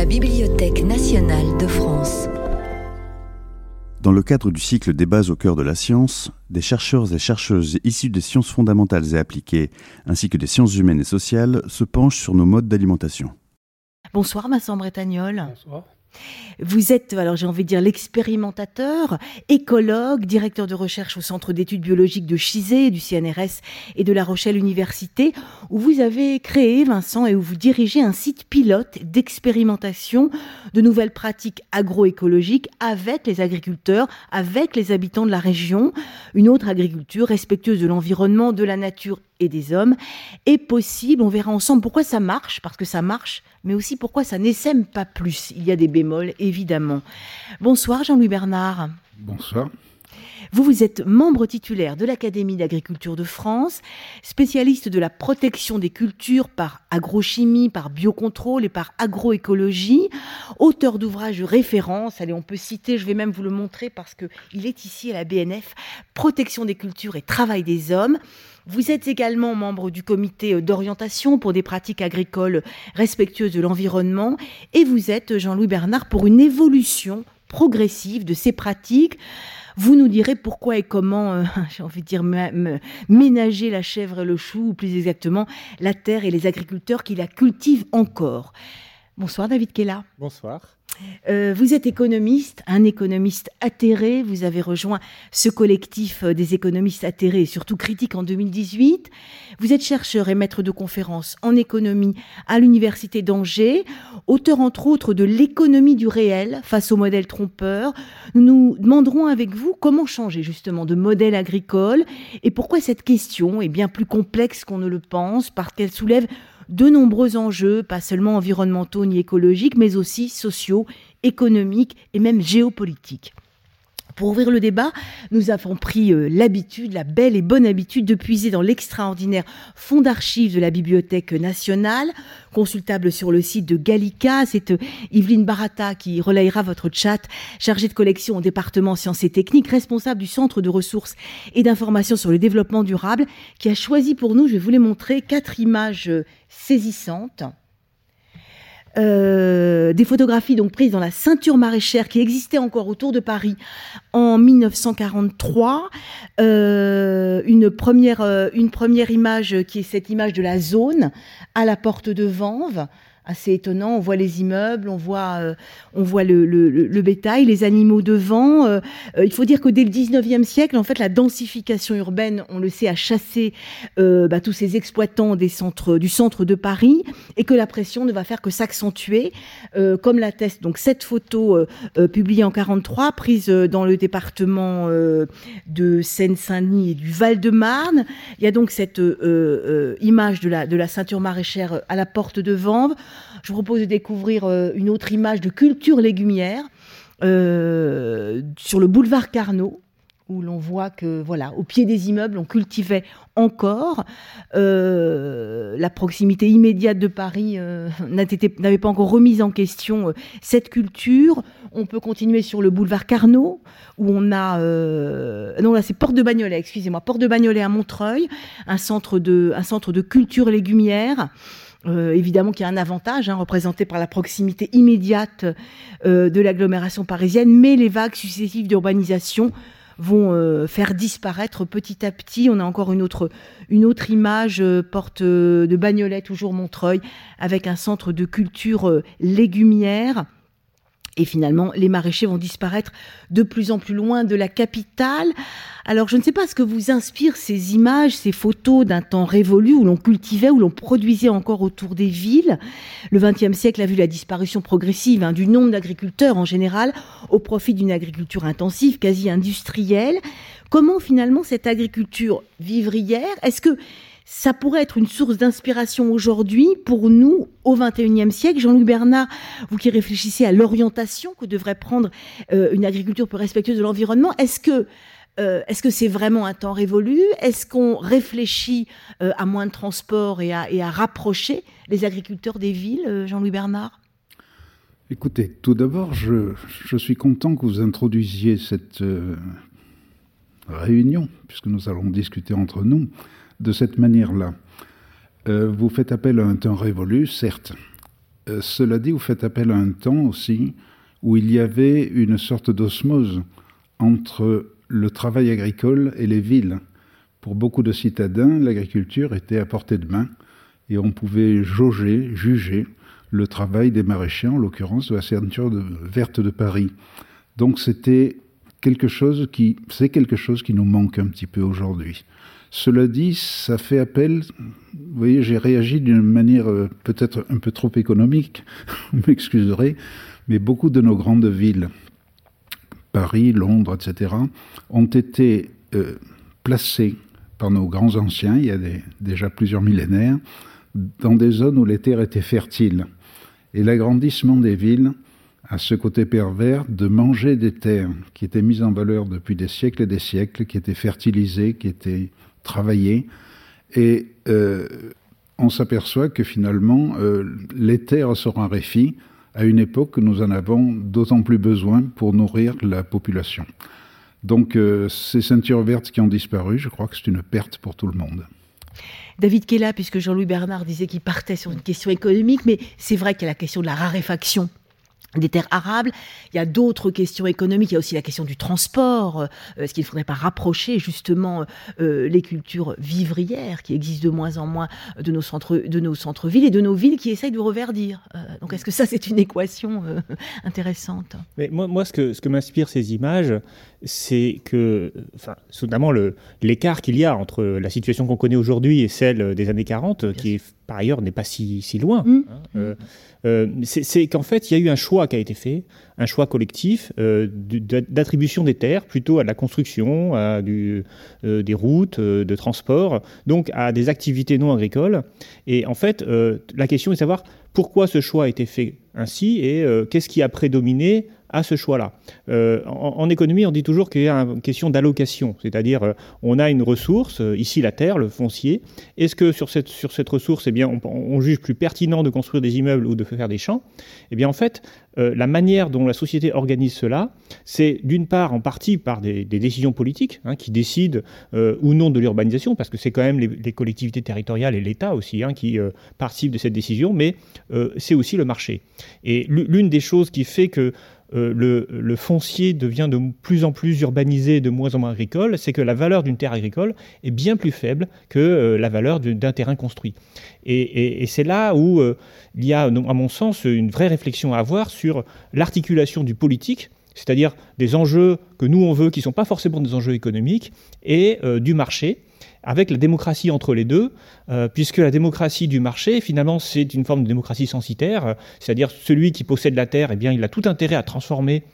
la Bibliothèque nationale de France. Dans le cadre du cycle des bases au cœur de la science, des chercheurs et chercheuses issus des sciences fondamentales et appliquées, ainsi que des sciences humaines et sociales, se penchent sur nos modes d'alimentation. Bonsoir Vincent Bretagnol. Bonsoir. Vous êtes, alors j'ai envie de dire, l'expérimentateur, écologue, directeur de recherche au Centre d'études biologiques de Chizé, du CNRS et de La Rochelle Université, où vous avez créé, Vincent, et où vous dirigez un site pilote d'expérimentation de nouvelles pratiques agroécologiques avec les agriculteurs, avec les habitants de la région. Une autre agriculture respectueuse de l'environnement, de la nature et des hommes est possible. On verra ensemble pourquoi ça marche, parce que ça marche, mais aussi pourquoi ça n'essaime pas plus. Il y a des bémols, évidemment. Bonsoir Jean-Louis Bernard. Bonsoir. Vous êtes membre titulaire de l'Académie d'agriculture de France, spécialiste de la protection des cultures par agrochimie, par biocontrôle et par agroécologie, auteur d'ouvrages de référence. Allez, on peut citer, je vais même vous le montrer parce qu'il est ici à la BNF, Protection des cultures et travail des hommes. Vous êtes également membre du comité d'orientation pour des pratiques agricoles respectueuses de l'environnement et vous êtes, Jean-Louis Bernard, pour une évolution progressive de ces pratiques. Vous nous direz pourquoi et comment, j'ai envie de dire, ménager la chèvre et le chou, ou plus exactement, la terre et les agriculteurs qui la cultivent encore. Bonsoir David Kella. Bonsoir. Vous êtes économiste, un économiste atterré. Vous avez rejoint ce collectif des économistes atterrés et surtout critiques en 2018. Vous êtes chercheur et maître de conférences en économie à l'Université d'Angers, auteur entre autres de l'économie du réel face au modèle trompeur. Nous nous demanderons avec vous comment changer justement de modèle agricole et pourquoi cette question est bien plus complexe qu'on ne le pense parce qu'elle soulève de nombreux enjeux, pas seulement environnementaux ni écologiques, mais aussi sociaux, économiques et même géopolitiques. Pour ouvrir le débat, nous avons pris l'habitude, la belle et bonne habitude de puiser dans l'extraordinaire fonds d'archives de la Bibliothèque nationale, consultable sur le site de Gallica. C'est Yveline Barata qui relayera votre chat, chargée de collection au département sciences et techniques, responsable du Centre de ressources et d'information sur le développement durable, qui a choisi pour nous, je vais vous les montrer, 4 images saisissantes. Des photographies donc prises dans la ceinture maraîchère qui existait encore autour de Paris en 1943. Une première image qui est cette image de la zone à la porte de Vanves. Assez étonnant, on voit les immeubles, on voit le bétail, les animaux devant. Il faut dire que dès le 19e siècle, en fait, la densification urbaine, on le sait, a chassé tous ces exploitants du centre de Paris et que la pression ne va faire que s'accentuer, comme l'atteste donc cette photo publiée en 1943, prise dans le département de Seine-Saint-Denis et du Val-de-Marne. Il y a donc cette image de la ceinture maraîchère à la porte de Vanves. Je vous propose de découvrir une autre image de culture légumière sur le boulevard Carnot, où l'on voit que, voilà, au pied des immeubles, on cultivait encore. La proximité immédiate de Paris n'avait pas encore remis en question cette culture. On peut continuer sur le boulevard Carnot, où on a... non, là, c'est Porte de Bagnolet, excusez-moi. Porte de Bagnolet à Montreuil, un centre de culture légumière. Évidemment qu'il y a un avantage représenté par la proximité immédiate de l'agglomération parisienne, mais les vagues successives d'urbanisation vont faire disparaître petit à petit. On a encore une autre image, porte de Bagnolet, toujours Montreuil, avec un centre de culture légumière. Et finalement, les maraîchers vont disparaître de plus en plus loin de la capitale. Alors, je ne sais pas ce que vous inspirent ces images, ces photos d'un temps révolu où l'on cultivait, où l'on produisait encore autour des villes. Le XXe siècle a vu la disparition progressive du nombre d'agriculteurs en général au profit d'une agriculture intensive, quasi industrielle. Comment finalement cette agriculture vivrière, est-ce que ça pourrait être une source d'inspiration aujourd'hui pour nous au XXIe siècle? Jean-Louis Bernard, vous qui réfléchissez à l'orientation que devrait prendre une agriculture plus respectueuse de l'environnement, est-ce que c'est vraiment un temps révolu? Est-ce qu'on réfléchit à moins de transport et à rapprocher les agriculteurs des villes, Jean-Louis Bernard? Écoutez, tout d'abord, je suis content que vous introduisiez cette réunion, puisque nous allons discuter entre nous, de cette manière-là. Vous faites appel à un temps révolu, certes, Cela dit, vous faites appel à un temps aussi où il y avait une sorte d'osmose entre le travail agricole et les villes. Pour beaucoup de citadins, l'agriculture était à portée de main et on pouvait juger le travail des maraîchers, en l'occurrence de la ceinture verte de Paris. Donc c'est quelque chose qui nous manque un petit peu aujourd'hui. Cela dit, ça fait appel, vous voyez, j'ai réagi d'une manière peut-être un peu trop économique, vous m'excuserez, mais beaucoup de nos grandes villes, Paris, Londres, etc., ont été placées par nos grands anciens, il y a déjà plusieurs millénaires, dans des zones où les terres étaient fertiles. Et l'agrandissement des villes a ce côté pervers de manger des terres qui étaient mises en valeur depuis des siècles et des siècles, qui étaient fertilisées, qui étaient travaillées. Et on s'aperçoit que finalement, les terres se raréfient à une époque où nous en avons d'autant plus besoin pour nourrir la population. Donc ces ceintures vertes qui ont disparu, je crois que c'est une perte pour tout le monde. David Kella, puisque Jean-Louis Bernard disait qu'il partait sur une question économique, mais c'est vrai qu'il y a la question de la raréfaction des terres arables, il y a d'autres questions économiques, il y a aussi la question du transport, est-ce qu'il ne faudrait pas rapprocher justement les cultures vivrières qui existent de moins en moins de nos centres-villes et de nos villes qui essayent de reverdir. Donc est-ce que ça c'est une équation intéressante ? Mais moi ce que m'inspirent ces images, c'est que, notamment l'écart qu'il y a entre la situation qu'on connaît aujourd'hui et celle des années 40, qui par ailleurs n'est pas si loin. C'est qu'en fait, il y a eu un choix qui a été fait, un choix collectif d'attribution des terres plutôt à de la construction, à des routes, de transport, donc à des activités non agricoles. Et en fait, la question est de savoir pourquoi ce choix a été fait ainsi et qu'est-ce qui a prédominé à ce choix-là. En économie, on dit toujours qu'il y a une question d'allocation, c'est-à-dire on a une ressource, ici la terre, le foncier. Est-ce que sur cette ressource, on juge plus pertinent de construire des immeubles ou de faire des champs ? Eh bien, en fait, la manière dont la société organise cela, c'est d'une part, en partie, par des décisions politiques qui décident ou non de l'urbanisation, parce que c'est quand même les collectivités territoriales et l'État aussi qui participent de cette décision, mais c'est aussi le marché. Et l'une des choses qui fait que le foncier devient de plus en plus urbanisé, de moins en moins agricole, c'est que la valeur d'une terre agricole est bien plus faible que la valeur d'un terrain construit. Et c'est là où il y a, à mon sens, une vraie réflexion à avoir sur l'articulation du politique, c'est-à-dire des enjeux que nous on veut, qui ne sont pas forcément des enjeux économiques, et du marché, avec la démocratie entre les deux, puisque la démocratie du marché, finalement, c'est une forme de démocratie censitaire, c'est-à-dire celui qui possède la terre, il a tout intérêt à transformer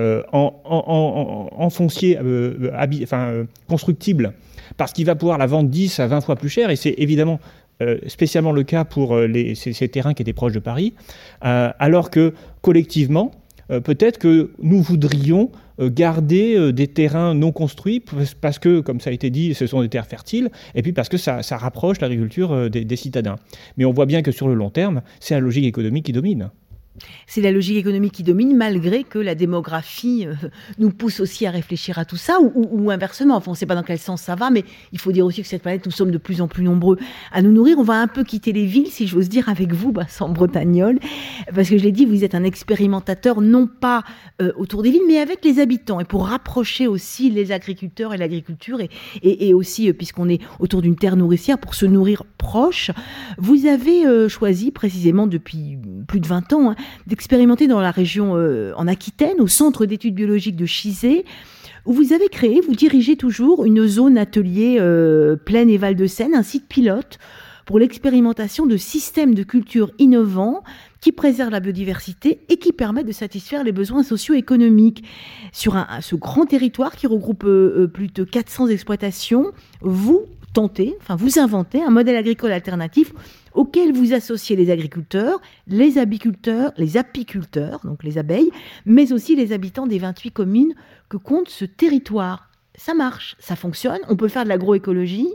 en foncier constructible, parce qu'il va pouvoir la vendre 10 à 20 fois plus cher, et c'est évidemment spécialement le cas pour ces terrains qui étaient proches de Paris, alors que collectivement, peut-être que nous voudrions garder des terrains non construits parce que, comme ça a été dit, ce sont des terres fertiles, et puis parce que ça rapproche l'agriculture des citadins. Mais on voit bien que sur le long terme, c'est la logique économique qui domine. C'est la logique économique qui domine, malgré que la démographie nous pousse aussi à réfléchir à tout ça, ou inversement. Enfin, on ne sait pas dans quel sens ça va, mais il faut dire aussi que cette planète, nous sommes de plus en plus nombreux à nous nourrir. On va un peu quitter les villes, si j'ose dire, avec vous, Vincent Bretagnol, parce que je l'ai dit, vous êtes un expérimentateur, non pas autour des villes, mais avec les habitants, et pour rapprocher aussi les agriculteurs et l'agriculture, et aussi, puisqu'on est autour d'une terre nourricière, pour se nourrir proche. Vous avez choisi, précisément depuis plus de 20 ans, d'expérimenter dans la région en Aquitaine, au Centre d'études biologiques de Chizé, où vous avez créé, vous dirigez toujours une zone atelier Plaine et Val de Seine, un site pilote pour l'expérimentation de systèmes de culture innovants qui préservent la biodiversité et qui permettent de satisfaire les besoins socio-économiques. Sur ce grand territoire qui regroupe plus de 400 exploitations, vous inventez un modèle agricole alternatif auquel vous associez les agriculteurs, les apiculteurs, donc les abeilles, mais aussi les habitants des 28 communes que compte ce territoire. Ça marche, ça fonctionne, on peut faire de l'agroécologie.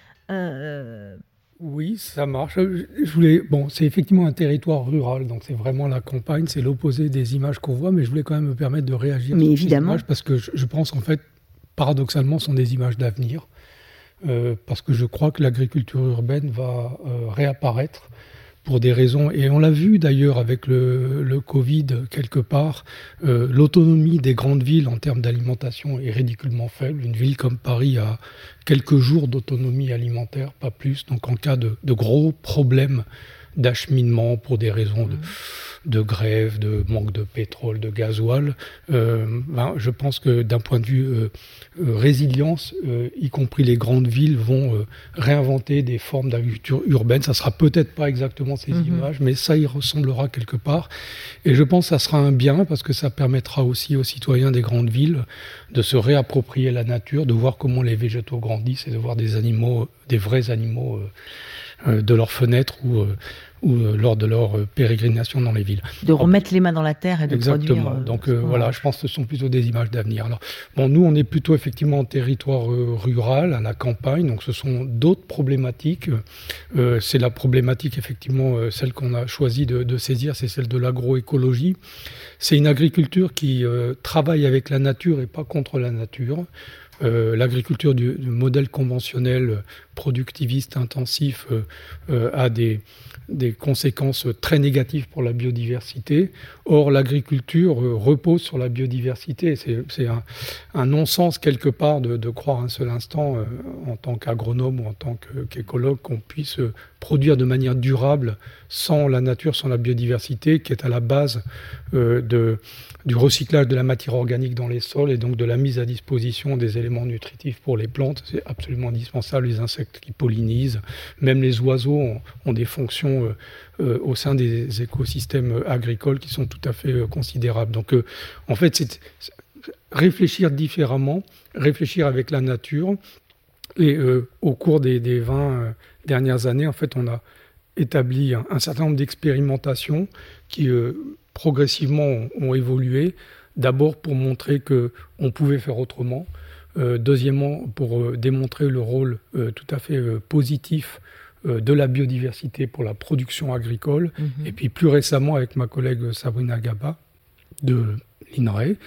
Oui, ça marche. C'est effectivement un territoire rural, donc c'est vraiment la campagne, c'est l'opposé des images qu'on voit, mais je voulais quand même me permettre de réagir sur ces images, parce que je pense qu'en fait, paradoxalement, ce sont des images d'avenir. Parce que je crois que l'agriculture urbaine va réapparaître pour des raisons, et on l'a vu d'ailleurs avec le Covid quelque part, l'autonomie des grandes villes en termes d'alimentation est ridiculement faible. Une ville comme Paris a quelques jours d'autonomie alimentaire, pas plus. Donc en cas de gros problèmes d'acheminement pour des raisons de grève, de manque de pétrole, de gasoil, je pense que d'un point de vue résilience, y compris les grandes villes vont réinventer des formes d'agriculture urbaine. Ça sera peut-être pas exactement ces images, mais ça y ressemblera quelque part. Et je pense que ça sera un bien parce que ça permettra aussi aux citoyens des grandes villes de se réapproprier la nature, de voir comment les végétaux grandissent et de voir des animaux, des vrais animaux de leurs fenêtres ou lors de leur pérégrination dans les villes. De remettre les mains dans la terre et de Exactement. produire... Donc voilà, je pense que ce sont plutôt des images d'avenir. Alors, bon, nous, on est plutôt effectivement en territoire rural, à la campagne, donc ce sont d'autres problématiques. C'est la problématique, effectivement, celle qu'on a choisi de saisir, c'est celle de l'agroécologie. C'est une agriculture qui travaille avec la nature et pas contre la nature. L'agriculture du modèle conventionnel productiviste intensif a des conséquences très négatives pour la biodiversité. Or, l'agriculture repose sur la biodiversité. C'est un non-sens quelque part de croire un seul instant, en tant qu'agronome ou en tant qu'écologue, qu'on puisse produire de manière durable sans la nature, sans la biodiversité, qui est à la base du recyclage de la matière organique dans les sols et donc de la mise à disposition des éléments nutritifs pour les plantes. C'est absolument indispensable. Les insectes qui pollinisent, même les oiseaux ont des fonctions au sein des écosystèmes agricoles qui sont tout à fait considérables. Donc en fait, c'est réfléchir différemment, réfléchir avec la nature. Et au cours des 20 dernières années, en fait, on a établi un certain nombre d'expérimentations qui progressivement ont évolué. D'abord pour montrer qu'on pouvait faire autrement. Deuxièmement, pour démontrer le rôle tout à fait positif de la biodiversité pour la production agricole. Et puis plus récemment, avec ma collègue Sabrina Gaba de l'INRAE,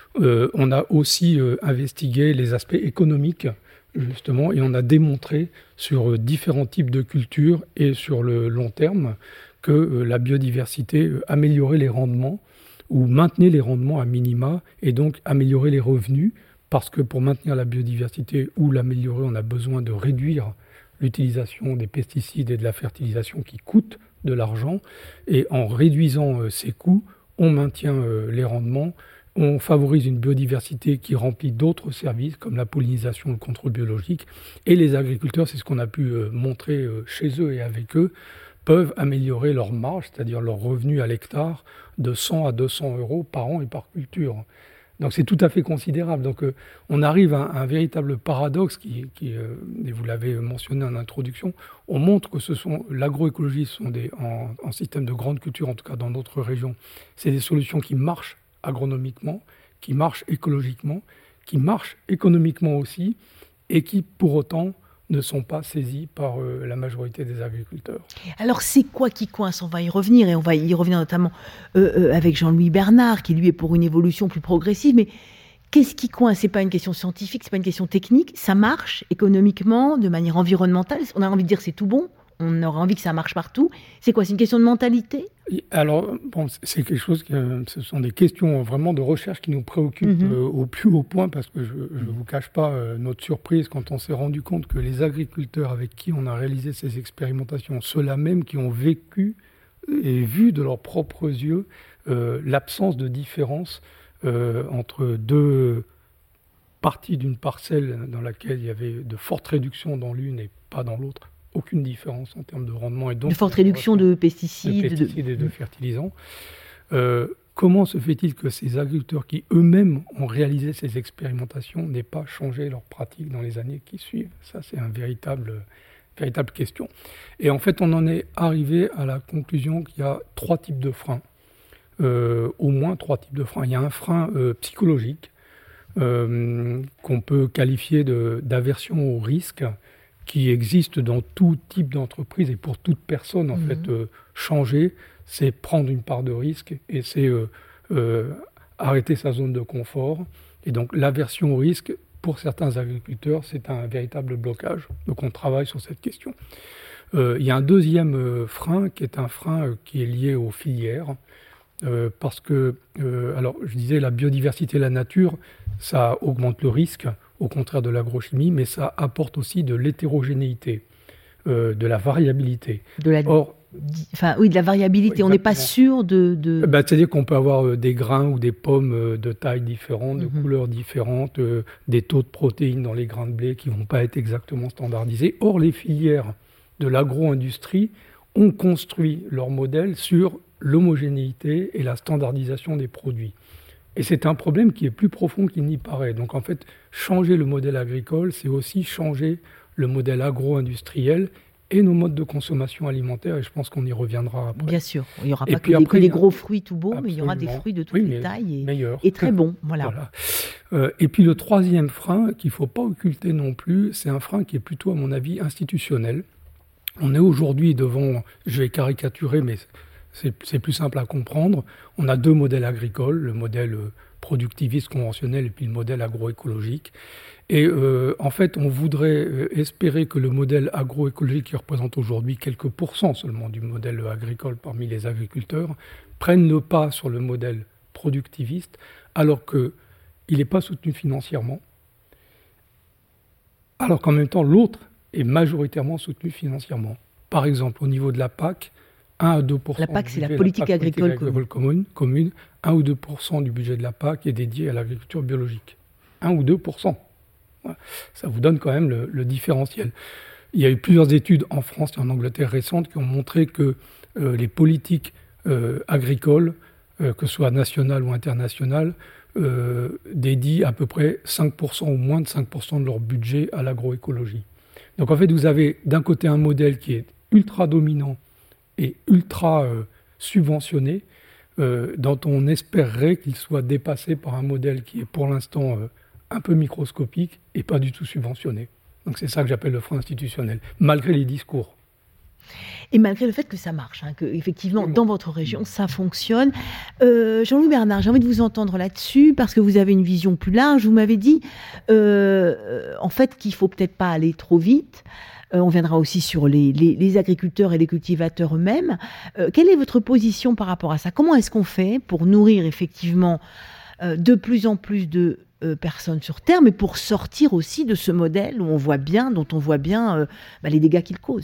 on a aussi investigué les aspects économiques, justement, et on a démontré sur différents types de cultures et sur le long terme que la biodiversité améliorait les rendements ou maintenait les rendements à minima et donc améliorait les revenus, parce que pour maintenir la biodiversité ou l'améliorer, on a besoin de réduire l'utilisation des pesticides et de la fertilisation qui coûtent de l'argent. Et en réduisant ces coûts, on maintient les rendements, on favorise une biodiversité qui remplit d'autres services comme la pollinisation, le contrôle biologique. Et les agriculteurs, c'est ce qu'on a pu montrer chez eux et avec eux, peuvent améliorer leur marge, c'est-à-dire leur revenu à l'hectare, de 100 à 200 euros par an et par culture. Donc c'est tout à fait considérable. Donc on arrive à un véritable paradoxe qui et vous l'avez mentionné en introduction, on montre que l'agroécologie sont en système de grande culture, en tout cas dans notre région, c'est des solutions qui marchent agronomiquement, qui marchent écologiquement, qui marchent économiquement aussi, et qui pour autant ne sont pas saisis par la majorité des agriculteurs. Alors c'est quoi qui coince ? On va y revenir, et on va y revenir notamment avec Jean-Louis Bernard, qui lui est pour une évolution plus progressive, mais qu'est-ce qui coince ? C'est pas une question scientifique, c'est pas une question technique, ça marche économiquement, de manière environnementale, on a envie de dire c'est tout bon, on aurait envie que ça marche partout, c'est quoi ? C'est une question de mentalité ? Alors, bon, c'est quelque chose ce sont des questions vraiment de recherche qui nous préoccupent au plus haut point, parce que je ne vous cache pas notre surprise quand on s'est rendu compte que les agriculteurs avec qui on a réalisé ces expérimentations, ceux-là même qui ont vécu et vu de leurs propres yeux l'absence de différence entre deux parties d'une parcelle dans laquelle il y avait de fortes réductions dans l'une et pas dans l'autre, aucune différence en termes de rendement. Et donc, de forte réduction de pesticides. Et de fertilisants. Comment se fait-il que ces agriculteurs qui eux-mêmes ont réalisé ces expérimentations n'aient pas changé leur pratique dans les années qui suivent ? Ça, c'est une véritable question. Et en fait, on en est arrivé à la conclusion qu'il y a 3 types de freins. Au moins 3 types de freins. Il y a un frein psychologique qu'on peut qualifier d'aversion au risque, qui existe dans tout type d'entreprise et pour toute personne, en fait. Changer, c'est prendre une part de risque et c'est arrêter sa zone de confort. Et donc l'aversion au risque, pour certains agriculteurs, c'est un véritable blocage. Donc on travaille sur cette question. Il y a un deuxième frein qui est un frein qui est lié aux filières. Parce que, alors je disais, la biodiversité, la nature, ça augmente le risque, au contraire de l'agrochimie, mais ça apporte aussi de l'hétérogénéité, de la variabilité. De la variabilité. On n'est pas sûr de... c'est-à-dire qu'on peut avoir des grains ou des pommes de tailles différentes, de couleurs différentes, des taux de protéines dans les grains de blé qui ne vont pas être exactement standardisés. Or, les filières de l'agro-industrie ont construit leur modèle sur l'homogénéité et la standardisation des produits. Et c'est un problème qui est plus profond qu'il n'y paraît. Donc en fait, changer le modèle agricole, c'est aussi changer le modèle agro-industriel et nos modes de consommation alimentaire, et je pense qu'on y reviendra après. Bien sûr, il n'y aura pas que des gros fruits tout beaux, mais il y aura des fruits de toutes les tailles et très bons. Voilà. Et puis le troisième frein qu'il ne faut pas occulter non plus, c'est un frein qui est plutôt, à mon avis, institutionnel. On est aujourd'hui devant, je vais caricaturer, mais c'est plus simple à comprendre. On a deux modèles agricoles, le modèle productiviste conventionnel et puis le modèle agroécologique. Et en fait, on voudrait espérer que le modèle agroécologique, qui représente aujourd'hui quelques pourcents seulement du modèle agricole parmi les agriculteurs, prenne le pas sur le modèle productiviste, alors qu'il n'est pas soutenu financièrement, alors qu'en même temps, l'autre est majoritairement soutenu financièrement. Par exemple, au niveau de la PAC, 1 à 2%. La PAC, c'est la politique agricole commune. 1 ou 2% du budget de la PAC est dédié à l'agriculture biologique. 1 ou 2%. Voilà. Ça vous donne quand même le différentiel. Il y a eu plusieurs études en France et en Angleterre récentes qui ont montré que les politiques agricoles, que ce soit nationales ou internationales, dédient à peu près 5% ou moins de 5% de leur budget à l'agroécologie. Donc en fait, vous avez d'un côté un modèle qui est ultra dominant et ultra subventionné, dont on espérerait qu'il soit dépassé par un modèle qui est pour l'instant un peu microscopique et pas du tout subventionné. Donc c'est ça que j'appelle le frein institutionnel, malgré les discours. Et malgré le fait que ça marche, que effectivement dans votre région ça fonctionne. Jean-Louis Bernard, j'ai envie de vous entendre là-dessus parce que vous avez une vision plus large. Vous m'avez dit en fait qu'il ne faut peut-être pas aller trop vite. On viendra aussi sur les agriculteurs et les cultivateurs eux-mêmes. Quelle est votre position par rapport à ça ? Comment est-ce qu'on fait pour nourrir effectivement de plus en plus de personnes sur Terre, mais pour sortir aussi de ce modèle dont on voit bien les dégâts qu'il cause ?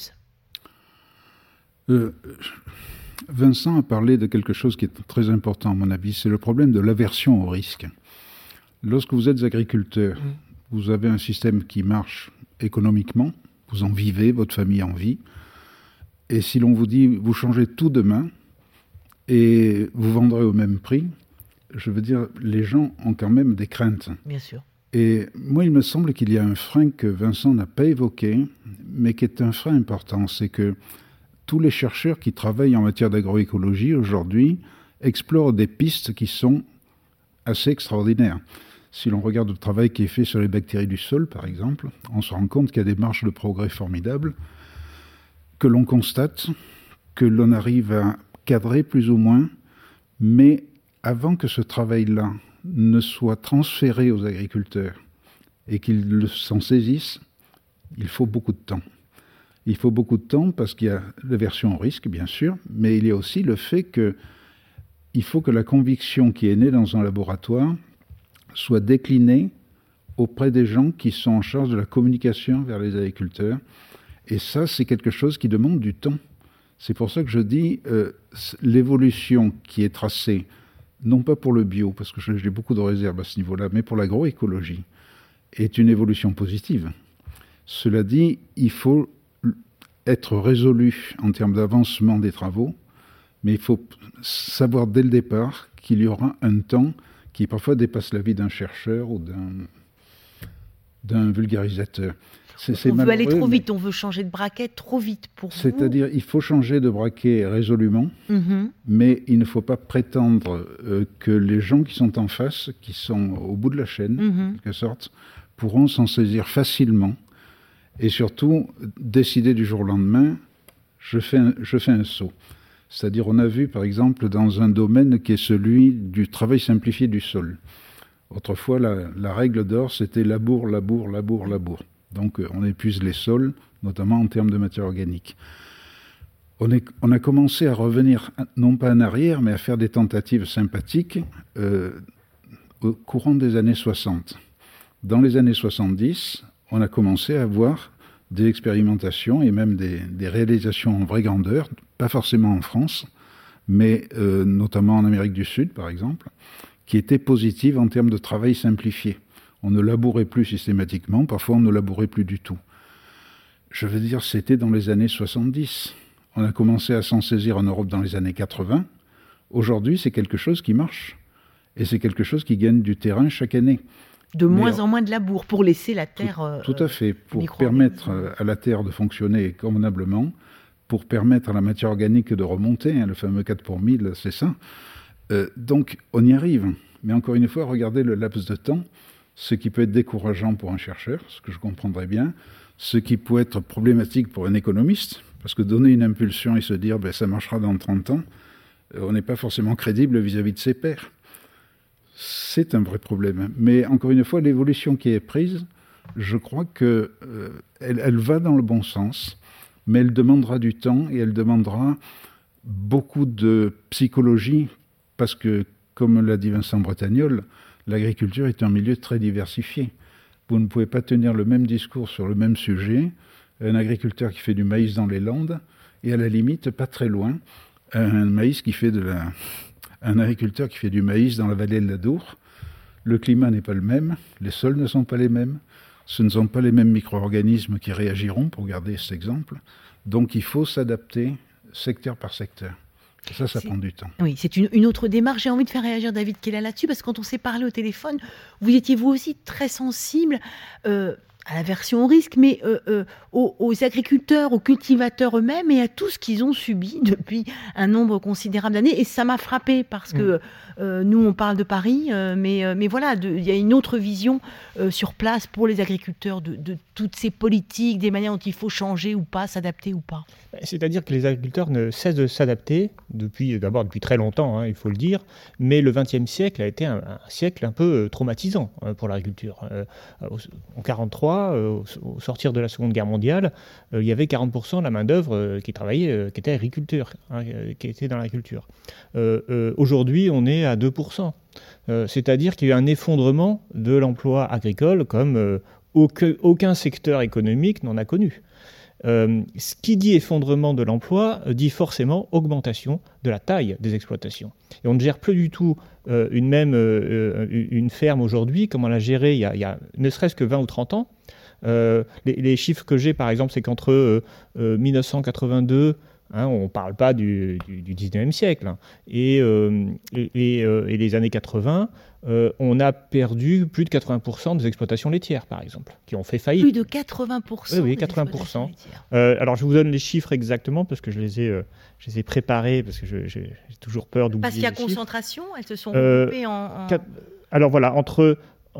Vincent a parlé de quelque chose qui est très important à mon avis, c'est le problème de l'aversion au risque. Lorsque vous êtes agriculteur, vous avez un système qui marche économiquement, vous en vivez, votre famille en vit, et si l'on vous dit vous changez tout demain et vous vendrez au même prix, je veux dire, les gens ont quand même des craintes. Bien sûr. Et moi, il me semble qu'il y a un frein que Vincent n'a pas évoqué, mais qui est un frein important, c'est que tous les chercheurs qui travaillent en matière d'agroécologie aujourd'hui explorent des pistes qui sont assez extraordinaires. Si l'on regarde le travail qui est fait sur les bactéries du sol, par exemple, on se rend compte qu'il y a des marges de progrès formidables, que l'on constate, que l'on arrive à cadrer plus ou moins, mais avant que ce travail-là ne soit transféré aux agriculteurs et qu'ils s'en saisissent, il faut beaucoup de temps. Il faut beaucoup de temps parce qu'il y a l'aversion au risque, bien sûr, mais il y a aussi le fait qu'il faut que la conviction qui est née dans un laboratoire soit déclinée auprès des gens qui sont en charge de la communication vers les agriculteurs. Et ça, c'est quelque chose qui demande du temps. C'est pour ça que je dis l'évolution qui est tracée, non pas pour le bio, parce que j'ai beaucoup de réserves à ce niveau-là, mais pour l'agroécologie, est une évolution positive. Cela dit, il faut être résolu en termes d'avancement des travaux, mais il faut savoir dès le départ qu'il y aura un temps qui parfois dépasse la vie d'un chercheur ou d'un vulgarisateur. On veut aller trop vite, on veut changer de braquet trop vite pour vous. C'est-à-dire, il faut changer de braquet résolument, mais il ne faut pas prétendre que les gens qui sont en face, qui sont au bout de la chaîne, en quelque sorte, pourront s'en saisir facilement et surtout décider du jour au lendemain, je fais un saut. C'est-à-dire, on a vu, par exemple, dans un domaine qui est celui du travail simplifié du sol. Autrefois, la règle d'or, c'était labour, labour, labour, labour. Donc, on épuise les sols notamment en termes de matière organique. On a commencé à revenir, non pas en arrière, mais à faire des tentatives sympathiques au courant des années 60. Dans les années 70, on a commencé à avoir des expérimentations et même des réalisations en vraie grandeur, pas forcément en France, mais notamment en Amérique du Sud, par exemple, qui étaient positives en termes de travail simplifié. On ne labourait plus systématiquement, parfois on ne labourait plus du tout. Je veux dire, c'était dans les années 70. On a commencé à s'en saisir en Europe dans les années 80. Aujourd'hui, c'est quelque chose qui marche. Et c'est quelque chose qui gagne du terrain chaque année. De moins en moins de labour pour laisser la terre... Tout à fait. Pour permettre à la terre de fonctionner convenablement, pour permettre à la matière organique de remonter, le fameux 4 pour 1000, c'est ça. Donc, on y arrive. Mais encore une fois, regardez le laps de temps, ce qui peut être décourageant pour un chercheur, ce que je comprendrais bien, ce qui peut être problématique pour un économiste, parce que donner une impulsion et se dire ça marchera dans 30 ans, on n'est pas forcément crédible vis-à-vis de ses pairs. C'est un vrai problème. Mais encore une fois, l'évolution qui est prise, je crois qu'elle elle va dans le bon sens, mais elle demandera du temps et elle demandera beaucoup de psychologie, parce que, comme l'a dit Vincent Bretagnol, l'agriculture est un milieu très diversifié. Vous ne pouvez pas tenir le même discours sur le même sujet. Un agriculteur qui fait du maïs dans les Landes, et à la limite, pas très loin, un agriculteur qui fait du maïs dans la vallée de l'Adour. Le climat n'est pas le même, les sols ne sont pas les mêmes, ce ne sont pas les mêmes micro-organismes qui réagiront, pour garder cet exemple. Donc il faut s'adapter secteur par secteur. Et ça prend du temps. Oui, c'est une autre démarche. J'ai envie de faire réagir David Kella là-dessus, parce que quand on s'est parlé au téléphone, vous étiez vous aussi très sensible à l'aversion au risque, mais aux agriculteurs, aux cultivateurs eux-mêmes et à tout ce qu'ils ont subi depuis un nombre considérable d'années. Et ça m'a frappé parce que nous, on parle de Paris, mais voilà, il y a une autre vision sur place pour les agriculteurs de toutes ces politiques, des manières dont il faut changer ou pas, s'adapter ou pas. C'est-à-dire que les agriculteurs ne cessent de s'adapter depuis très longtemps, il faut le dire, mais le XXe siècle a été un siècle un peu traumatisant pour l'agriculture. En 1943, au sortir de la Seconde Guerre mondiale, il y avait 40% de la main-d'œuvre qui travaillait, qui était agriculteur, qui était dans l'agriculture. Aujourd'hui, on est à 2%. C'est-à-dire qu'il y a eu un effondrement de l'emploi agricole comme aucun secteur économique n'en a connu. Ce qui dit effondrement de l'emploi dit forcément augmentation de la taille des exploitations. Et on ne gère plus du tout une ferme aujourd'hui comme on l'a gérée il y a ne serait-ce que 20 ou 30 ans. Les chiffres que j'ai, par exemple, c'est qu'entre 1982, on ne parle pas du 19e siècle, et les années 80, on a perdu plus de 80% des exploitations laitières, par exemple, qui ont fait faillite. Plus de 80%. Oui, 80%. Alors, je vous donne les chiffres exactement, parce que je les ai préparés, parce que j'ai toujours peur d'oublier. Parce qu'il y a concentration, elles se sont groupées en... Alors voilà, entre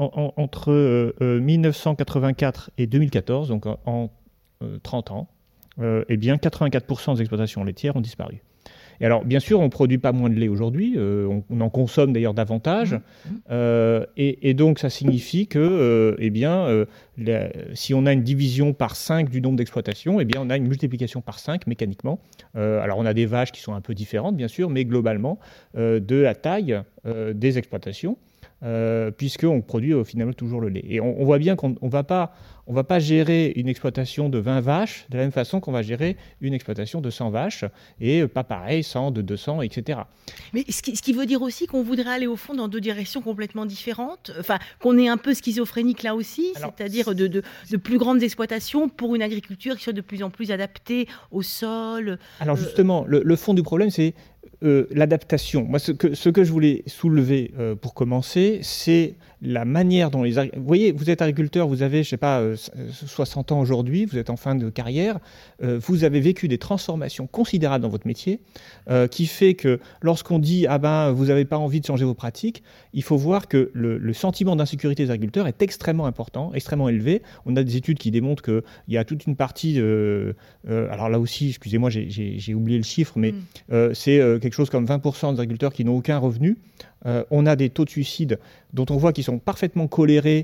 1984 et 2014, donc en 30 ans, 84% des exploitations laitières ont disparu. Et alors, bien sûr, on ne produit pas moins de lait aujourd'hui, on en consomme d'ailleurs davantage, et donc ça signifie que, si on a une division par 5 du nombre d'exploitations, on a une multiplication par 5 mécaniquement. Alors, on a des vaches qui sont un peu différentes, bien sûr, mais globalement, de la taille des exploitations. Puisqu'on produit finalement toujours le lait. Et on voit bien qu'on ne va pas gérer une exploitation de 20 vaches de la même façon qu'on va gérer une exploitation de 100 vaches, et pas pareil, 100, de 200, etc. Mais ce qui veut dire aussi qu'on voudrait aller au fond dans deux directions complètement différentes, enfin qu'on est un peu schizophrénique là aussi, c'est-à-dire de plus grandes exploitations pour une agriculture qui soit de plus en plus adaptée au sol. Alors justement, le fond du problème, c'est l'adaptation. Moi, ce que je voulais soulever pour commencer, c'est la manière dont vous voyez, vous êtes agriculteur, vous avez, 60 ans aujourd'hui, vous êtes en fin de carrière, vous avez vécu des transformations considérables dans votre métier, qui fait que lorsqu'on dit « Ah ben, vous n'avez pas envie de changer vos pratiques », il faut voir que le sentiment d'insécurité des agriculteurs est extrêmement important, extrêmement élevé. On a des études qui démontrent qu'il y a toute une partie... alors là aussi, excusez-moi, j'ai oublié le chiffre, mais c'est quelque quelque chose comme 20% des agriculteurs qui n'ont aucun revenu. On a des taux de suicide dont on voit qu'ils sont parfaitement corrélés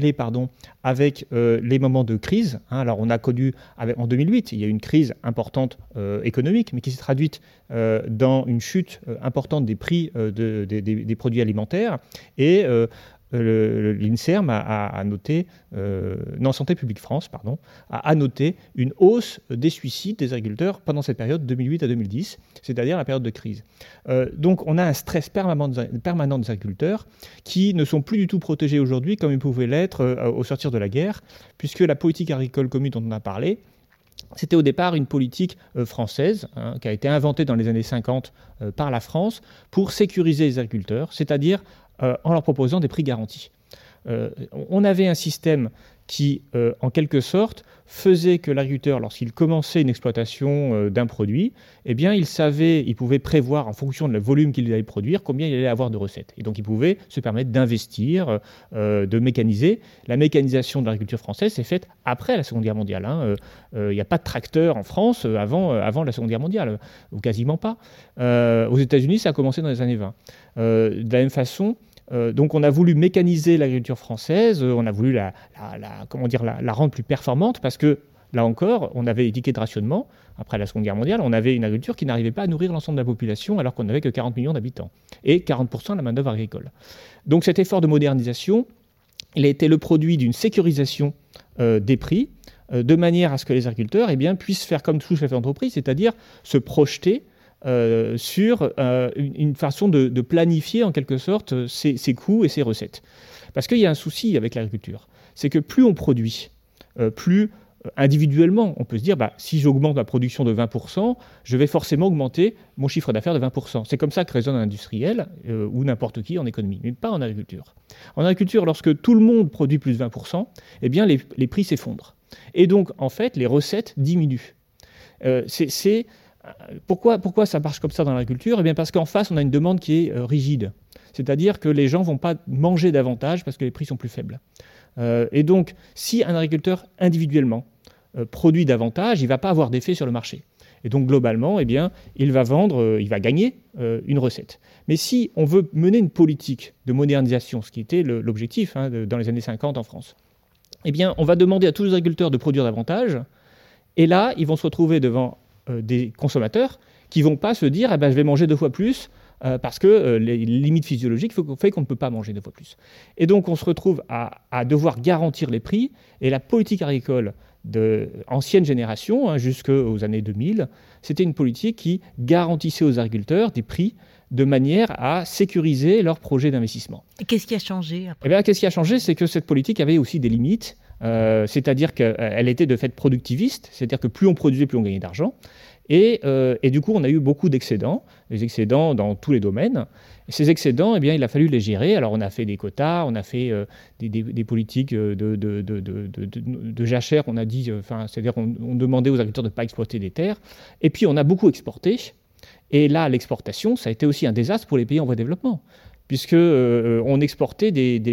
avec les moments de crise. Alors on a connu en 2008, il y a eu une crise importante économique, mais qui s'est traduite dans une chute importante des prix des produits alimentaires. Et l'INSERM a noté, Santé publique France, a noté une hausse des suicides des agriculteurs pendant cette période 2008 à 2010, c'est-à-dire la période de crise. Donc on a un stress permanent des agriculteurs qui ne sont plus du tout protégés aujourd'hui comme ils pouvaient l'être au sortir de la guerre, puisque la politique agricole commune dont on a parlé, c'était au départ une politique française qui a été inventée dans les années 50 par la France pour sécuriser les agriculteurs, c'est-à-dire en leur proposant des prix garantis. On avait un système qui, en quelque sorte, faisait que l'agriculteur, lorsqu'il commençait une exploitation d'un produit, eh bien, il pouvait prévoir, en fonction de volume qu'il allait produire, combien il allait avoir de recettes. Et donc, il pouvait se permettre d'investir, de mécaniser. La mécanisation de l'agriculture française s'est faite après la Seconde Guerre mondiale. Il n'y a pas de tracteur en France avant la Seconde Guerre mondiale, ou quasiment pas. Aux États-Unis, ça a commencé dans les années 20. De la même façon, donc on a voulu mécaniser l'agriculture française, on a voulu la rendre plus performante parce que, là encore, on avait des tickets de rationnement. Après la Seconde Guerre mondiale, on avait une agriculture qui n'arrivait pas à nourrir l'ensemble de la population alors qu'on n'avait que 40 millions d'habitants et 40% de la main-d'œuvre agricole. Donc cet effort de modernisation, il a été le produit d'une sécurisation des prix de manière à ce que les agriculteurs puissent faire comme tout chef d'entreprise, c'est-à-dire se projeter sur une façon de planifier en quelque sorte ses coûts et ses recettes. Parce qu'il y a un souci avec l'agriculture, c'est que plus on produit, plus individuellement, on peut se dire si j'augmente ma production de 20%, je vais forcément augmenter mon chiffre d'affaires de 20%. C'est comme ça que raisonne un industriel ou n'importe qui en économie, mais pas en agriculture. En agriculture, lorsque tout le monde produit plus de 20%, les prix s'effondrent. Et donc, en fait, les recettes diminuent. Pourquoi ça marche comme ça dans l'agriculture ? Parce qu'en face, on a une demande qui est rigide. C'est-à-dire que les gens ne vont pas manger davantage parce que les prix sont plus faibles. Et donc, si un agriculteur individuellement produit davantage, il ne va pas avoir d'effet sur le marché. Et donc, globalement, il va gagner une recette. Mais si on veut mener une politique de modernisation, ce qui était l'objectif dans les années 50 en France, on va demander à tous les agriculteurs de produire davantage. Et là, ils vont se retrouver devant des consommateurs qui ne vont pas se dire je vais manger 2 fois plus parce que les limites physiologiques font qu'on ne peut pas manger 2 fois plus. Et donc on se retrouve à devoir garantir les prix, et la politique agricole de ancienne génération, jusqu'aux années 2000, c'était une politique qui garantissait aux agriculteurs des prix de manière à sécuriser leurs projets d'investissement. Et qu'est-ce qui a changé après ? Qu'est-ce qui a changé ? C'est que cette politique avait aussi des limites. C'est-à-dire qu'elle était de fait productiviste, c'est-à-dire que plus on produisait, plus on gagnait d'argent. Et du coup, on a eu beaucoup d'excédents, des excédents dans tous les domaines. Et ces excédents, il a fallu les gérer. Alors, on a fait des quotas, on a fait des politiques de jachère, on a dit, c'est-à-dire qu'on demandait aux agriculteurs de ne pas exploiter des terres. Et puis, on a beaucoup exporté. Et là, l'exportation, ça a été aussi un désastre pour les pays en voie de développement, puisque on exportait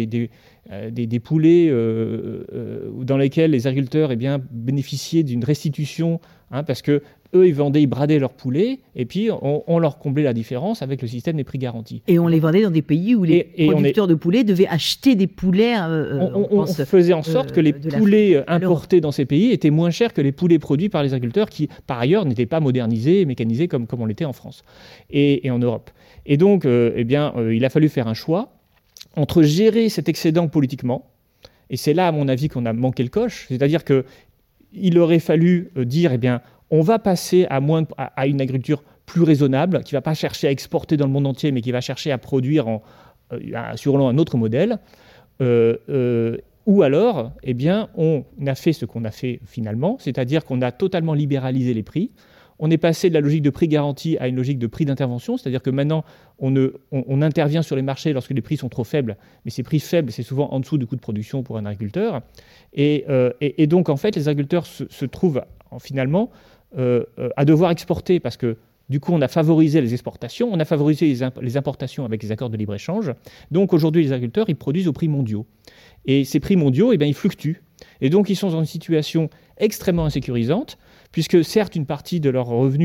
des poulets dans lesquels les agriculteurs bénéficiaient d'une restitution, parce que eux, ils bradaient leurs poulets, et puis on leur comblait la différence avec le système des prix garantis. Et on les vendait dans des pays où les producteurs de poulets devaient acheter des poulets. On faisait en sorte que les poulets importés dans ces pays étaient moins chers que les poulets produits par les agriculteurs qui, par ailleurs, n'étaient pas modernisés et mécanisés comme on l'était en France et en Europe. Et donc, il a fallu faire un choix entre gérer cet excédent politiquement, et c'est là, à mon avis, qu'on a manqué le coche, c'est-à-dire qu'il aurait fallu dire, on va passer à une agriculture plus raisonnable, qui ne va pas chercher à exporter dans le monde entier, mais qui va chercher à produire sur un autre modèle, ou alors, on a fait ce qu'on a fait finalement, c'est-à-dire qu'on a totalement libéralisé les prix. On est passé de la logique de prix garanti à une logique de prix d'intervention, c'est-à-dire que maintenant, on intervient sur les marchés lorsque les prix sont trop faibles, mais ces prix faibles, c'est souvent en dessous du coût de production pour un agriculteur. Et donc, en fait, les agriculteurs se trouvent finalement à devoir exporter parce que, du coup, on a favorisé les exportations, on a favorisé les importations avec les accords de libre-échange. Donc, aujourd'hui, les agriculteurs, ils produisent aux prix mondiaux. Et ces prix mondiaux, ils fluctuent. Et donc, ils sont dans une situation extrêmement insécurisante, puisque certes, une partie de leurs revenus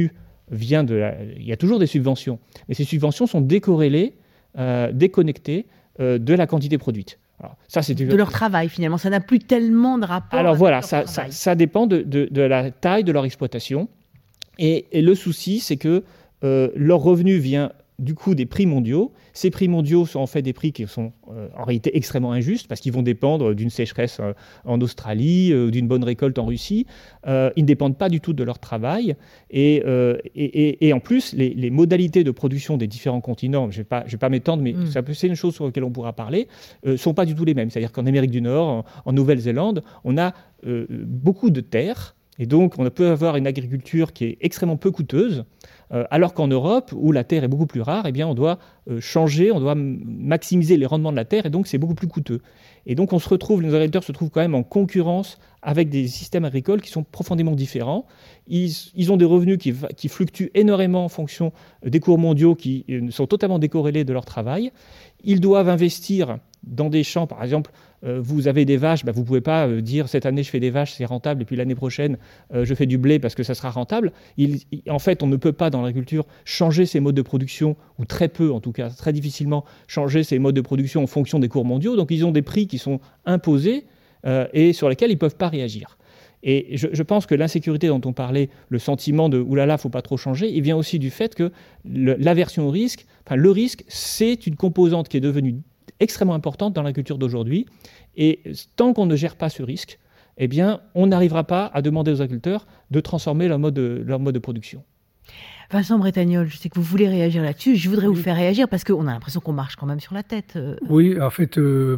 vient il y a toujours des subventions, mais ces subventions sont décorrélées, déconnectées de la quantité produite. Alors, ça, de leur travail, finalement. Ça n'a plus tellement de rapport Alors avec voilà, leur travail. ça dépend de la taille de leur exploitation. Et le souci, c'est que leur revenu vient du coup des prix mondiaux. Ces prix mondiaux sont en fait des prix qui sont en réalité extrêmement injustes parce qu'ils vont dépendre d'une sécheresse en Australie, d'une bonne récolte en Russie. Ils ne dépendent pas du tout de leur travail. Et en plus, les modalités de production des différents continents, je vais pas m'étendre, mais c'est une chose sur laquelle on pourra parler, sont pas du tout les mêmes. C'est-à-dire qu'en Amérique du Nord, en Nouvelle-Zélande, on a beaucoup de terres. Et donc, on peut avoir une agriculture qui est extrêmement peu coûteuse, alors qu'en Europe, où la terre est beaucoup plus rare, eh bien, on doit changer, on doit maximiser les rendements de la terre, et donc c'est beaucoup plus coûteux. Et donc, les agriculteurs se trouvent quand même en concurrence avec des systèmes agricoles qui sont profondément différents. Ils ont des revenus qui fluctuent énormément en fonction des cours mondiaux qui sont totalement décorrélés de leur travail. Ils doivent investir dans des champs, par exemple, vous avez des vaches, vous ne pouvez pas dire cette année je fais des vaches, c'est rentable, et puis l'année prochaine je fais du blé parce que ça sera rentable. En fait, on ne peut pas dans l'agriculture changer ses modes de production, ou très peu en tout cas, très difficilement changer ses modes de production en fonction des cours mondiaux. Donc ils ont des prix qui sont imposés et sur lesquels ils ne peuvent pas réagir. Et je pense que l'insécurité dont on parlait, le sentiment de « oulala, il ne faut pas trop changer », il vient aussi du fait que l'aversion au risque, le risque, c'est une composante qui est devenue extrêmement importante dans l'agriculture d'aujourd'hui. Et tant qu'on ne gère pas ce risque, eh bien, on n'arrivera pas à demander aux agriculteurs de transformer leur mode de production. Vincent Bretagnol, je sais que vous voulez réagir là-dessus. Je voudrais vous faire réagir parce qu'on a l'impression qu'on marche quand même sur la tête. Oui, en fait,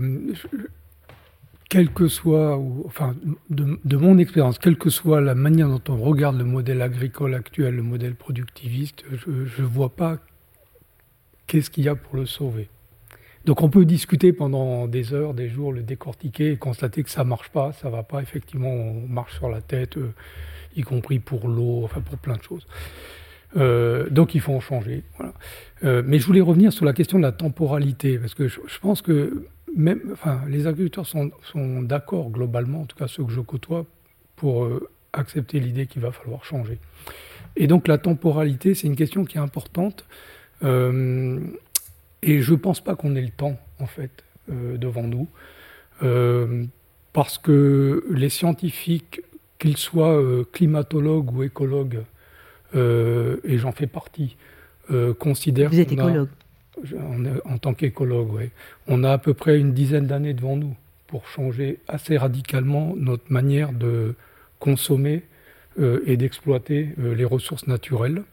quelle que soit, de mon expérience, quelle que soit la manière dont on regarde le modèle agricole actuel, le modèle productiviste, je ne vois pas qu'est-ce qu'il y a pour le sauver. Donc on peut discuter pendant des heures, des jours, le décortiquer et constater que ça ne marche pas, ça ne va pas. Effectivement, on marche sur la tête, y compris pour l'eau, pour plein de choses. Donc il faut en changer. Voilà. Mais je voulais revenir sur la question de la temporalité, parce que je pense que les agriculteurs sont d'accord globalement, en tout cas ceux que je côtoie, pour accepter l'idée qu'il va falloir changer. Et donc la temporalité, c'est une question qui est importante. Et je ne pense pas qu'on ait le temps, en fait, devant nous, parce que les scientifiques, qu'ils soient climatologues ou écologues, et j'en fais partie, considèrent... Vous êtes écologue. En tant qu'écologue, oui. On a à peu près une dizaine d'années devant nous pour changer assez radicalement notre manière de consommer et d'exploiter les ressources naturelles.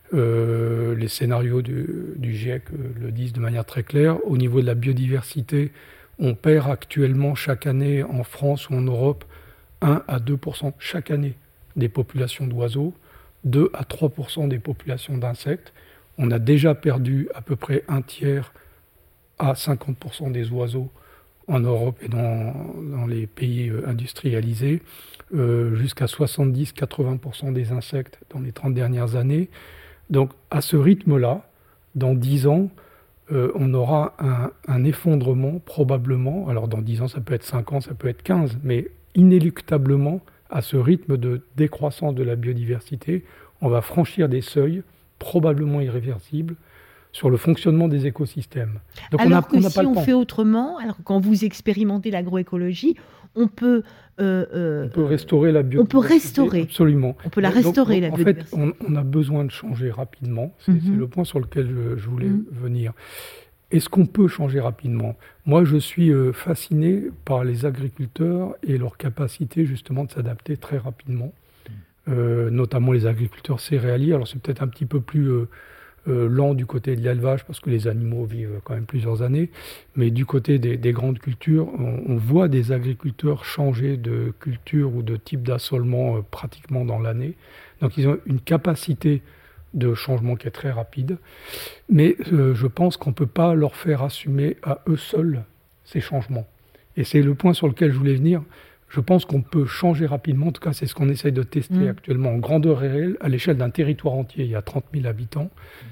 Les scénarios du GIEC le disent de manière très claire. Au niveau de la biodiversité, on perd actuellement chaque année en France ou en Europe 1 à 2% chaque année des populations d'oiseaux, 2 à 3% des populations d'insectes. On a déjà perdu à peu près un tiers à 50% des oiseaux en Europe et dans les pays industrialisés, jusqu'à 70-80% des insectes dans les 30 dernières années. Donc, à ce rythme-là, dans 10 ans, on aura un effondrement, probablement. Alors, dans 10 ans, ça peut être 5 ans, ça peut être 15, mais inéluctablement, à ce rythme de décroissance de la biodiversité, on va franchir des seuils probablement irréversibles sur le fonctionnement des écosystèmes. Donc, alors que si on fait autrement, alors que quand vous expérimentez l'agroécologie, on peut restaurer la biodiversité. On peut restaurer. Absolument. On peut la restaurer, la biodiversité. En fait, on a besoin de changer rapidement. C'est le point sur lequel je voulais venir. Est-ce qu'on peut changer rapidement ? Moi, je suis fasciné par les agriculteurs et leur capacité justement de s'adapter très rapidement, notamment les agriculteurs céréaliers. Alors, c'est peut-être un petit peu plus lent du côté de l'élevage parce que les animaux vivent quand même plusieurs années, mais du côté des grandes cultures, on voit des agriculteurs changer de culture ou de type d'assolement pratiquement dans l'année. Donc ils ont une capacité de changement qui est très rapide, mais je pense qu'on ne peut pas leur faire assumer à eux seuls ces changements. Et c'est le point sur lequel je voulais venir. Je pense qu'on peut changer rapidement, en tout cas c'est ce qu'on essaye de tester actuellement en grandeur réelle, à l'échelle d'un territoire entier. Il y a 30 000 habitants,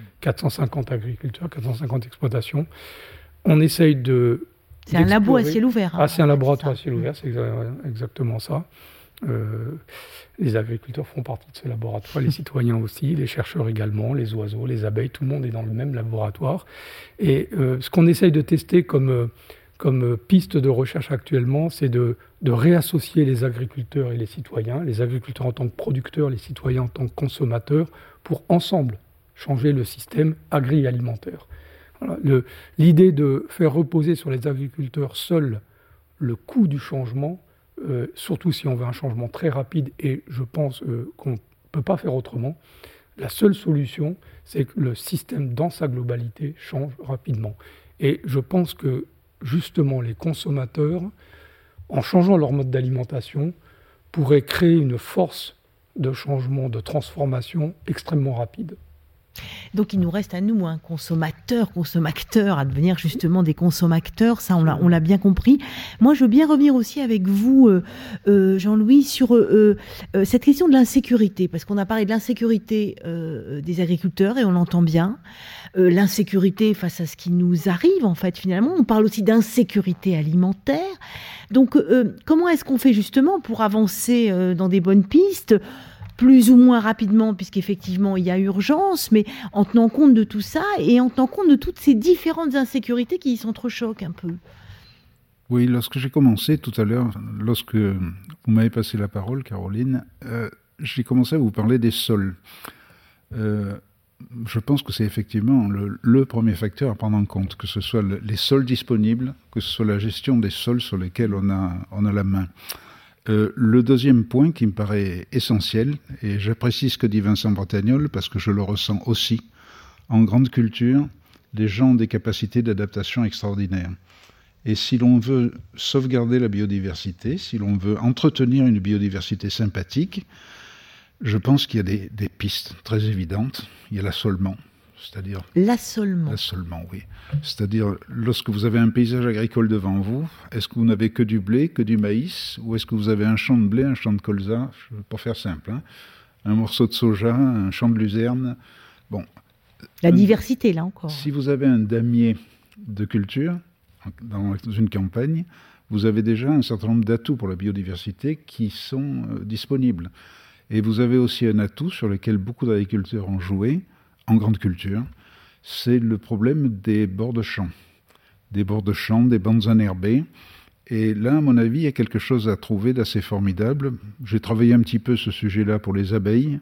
450 agriculteurs, 450 exploitations. On essaye de... C'est un labo à ciel ouvert. C'est un laboratoire à ciel ouvert, c'est exactement ça. Les agriculteurs font partie de ce laboratoire, les citoyens aussi, les chercheurs également, les oiseaux, les abeilles, tout le monde est dans le même laboratoire. Et ce qu'on essaye de tester comme piste de recherche actuellement, c'est de réassocier les agriculteurs et les citoyens, les agriculteurs en tant que producteurs, les citoyens en tant que consommateurs, pour ensemble changer le système agri-alimentaire. Voilà. L'idée de faire reposer sur les agriculteurs seuls le coût du changement, surtout si on veut un changement très rapide, et je pense qu'on ne peut pas faire autrement, la seule solution, c'est que le système dans sa globalité change rapidement. Et je pense que justement les consommateurs, en changeant leur mode d'alimentation, pourraient créer une force de changement, de transformation extrêmement rapide. Donc il nous reste à nous, consommateurs, à devenir justement des consommateurs, ça on l'a bien compris. Moi je veux bien revenir aussi avec vous, Jean-Louis, sur cette question de l'insécurité, parce qu'on a parlé de l'insécurité des agriculteurs, et on l'entend bien, l'insécurité face à ce qui nous arrive en fait finalement, on parle aussi d'insécurité alimentaire. Donc comment est-ce qu'on fait justement pour avancer dans des bonnes pistes, plus ou moins rapidement, puisqu'effectivement il y a urgence, mais en tenant compte de tout ça et en tenant compte de toutes ces différentes insécurités qui s'entrechoquent un peu. Oui, lorsque j'ai commencé tout à l'heure, lorsque vous m'avez passé la parole, Caroline, j'ai commencé à vous parler des sols. Je pense que c'est effectivement le premier facteur à prendre en compte, que ce soit les sols disponibles, que ce soit la gestion des sols sur lesquels on a la main. Le deuxième point qui me paraît essentiel, et j'apprécie ce que dit Vincent Bretagnol parce que je le ressens aussi, en grande culture, les gens ont des capacités d'adaptation extraordinaires. Et si l'on veut sauvegarder la biodiversité, si l'on veut entretenir une biodiversité sympathique, je pense qu'il y a des pistes très évidentes. Il y a l'assolement. C'est-à-dire l'assolement, oui. C'est-à-dire, lorsque vous avez un paysage agricole devant vous, est-ce que vous n'avez que du blé, que du maïs, ou est-ce que vous avez un champ de blé, un champ de colza, pour faire simple, un morceau de soja, un champ de luzerne. Bon. La diversité, là encore. Si vous avez un damier de culture dans une campagne, vous avez déjà un certain nombre d'atouts pour la biodiversité qui sont disponibles. Et vous avez aussi un atout sur lequel beaucoup d'agriculteurs ont joué, en grande culture, c'est le problème des bords de champs. Des bords de champs, des bandes enherbées. Et là, à mon avis, il y a quelque chose à trouver d'assez formidable. J'ai travaillé un petit peu ce sujet-là pour les abeilles.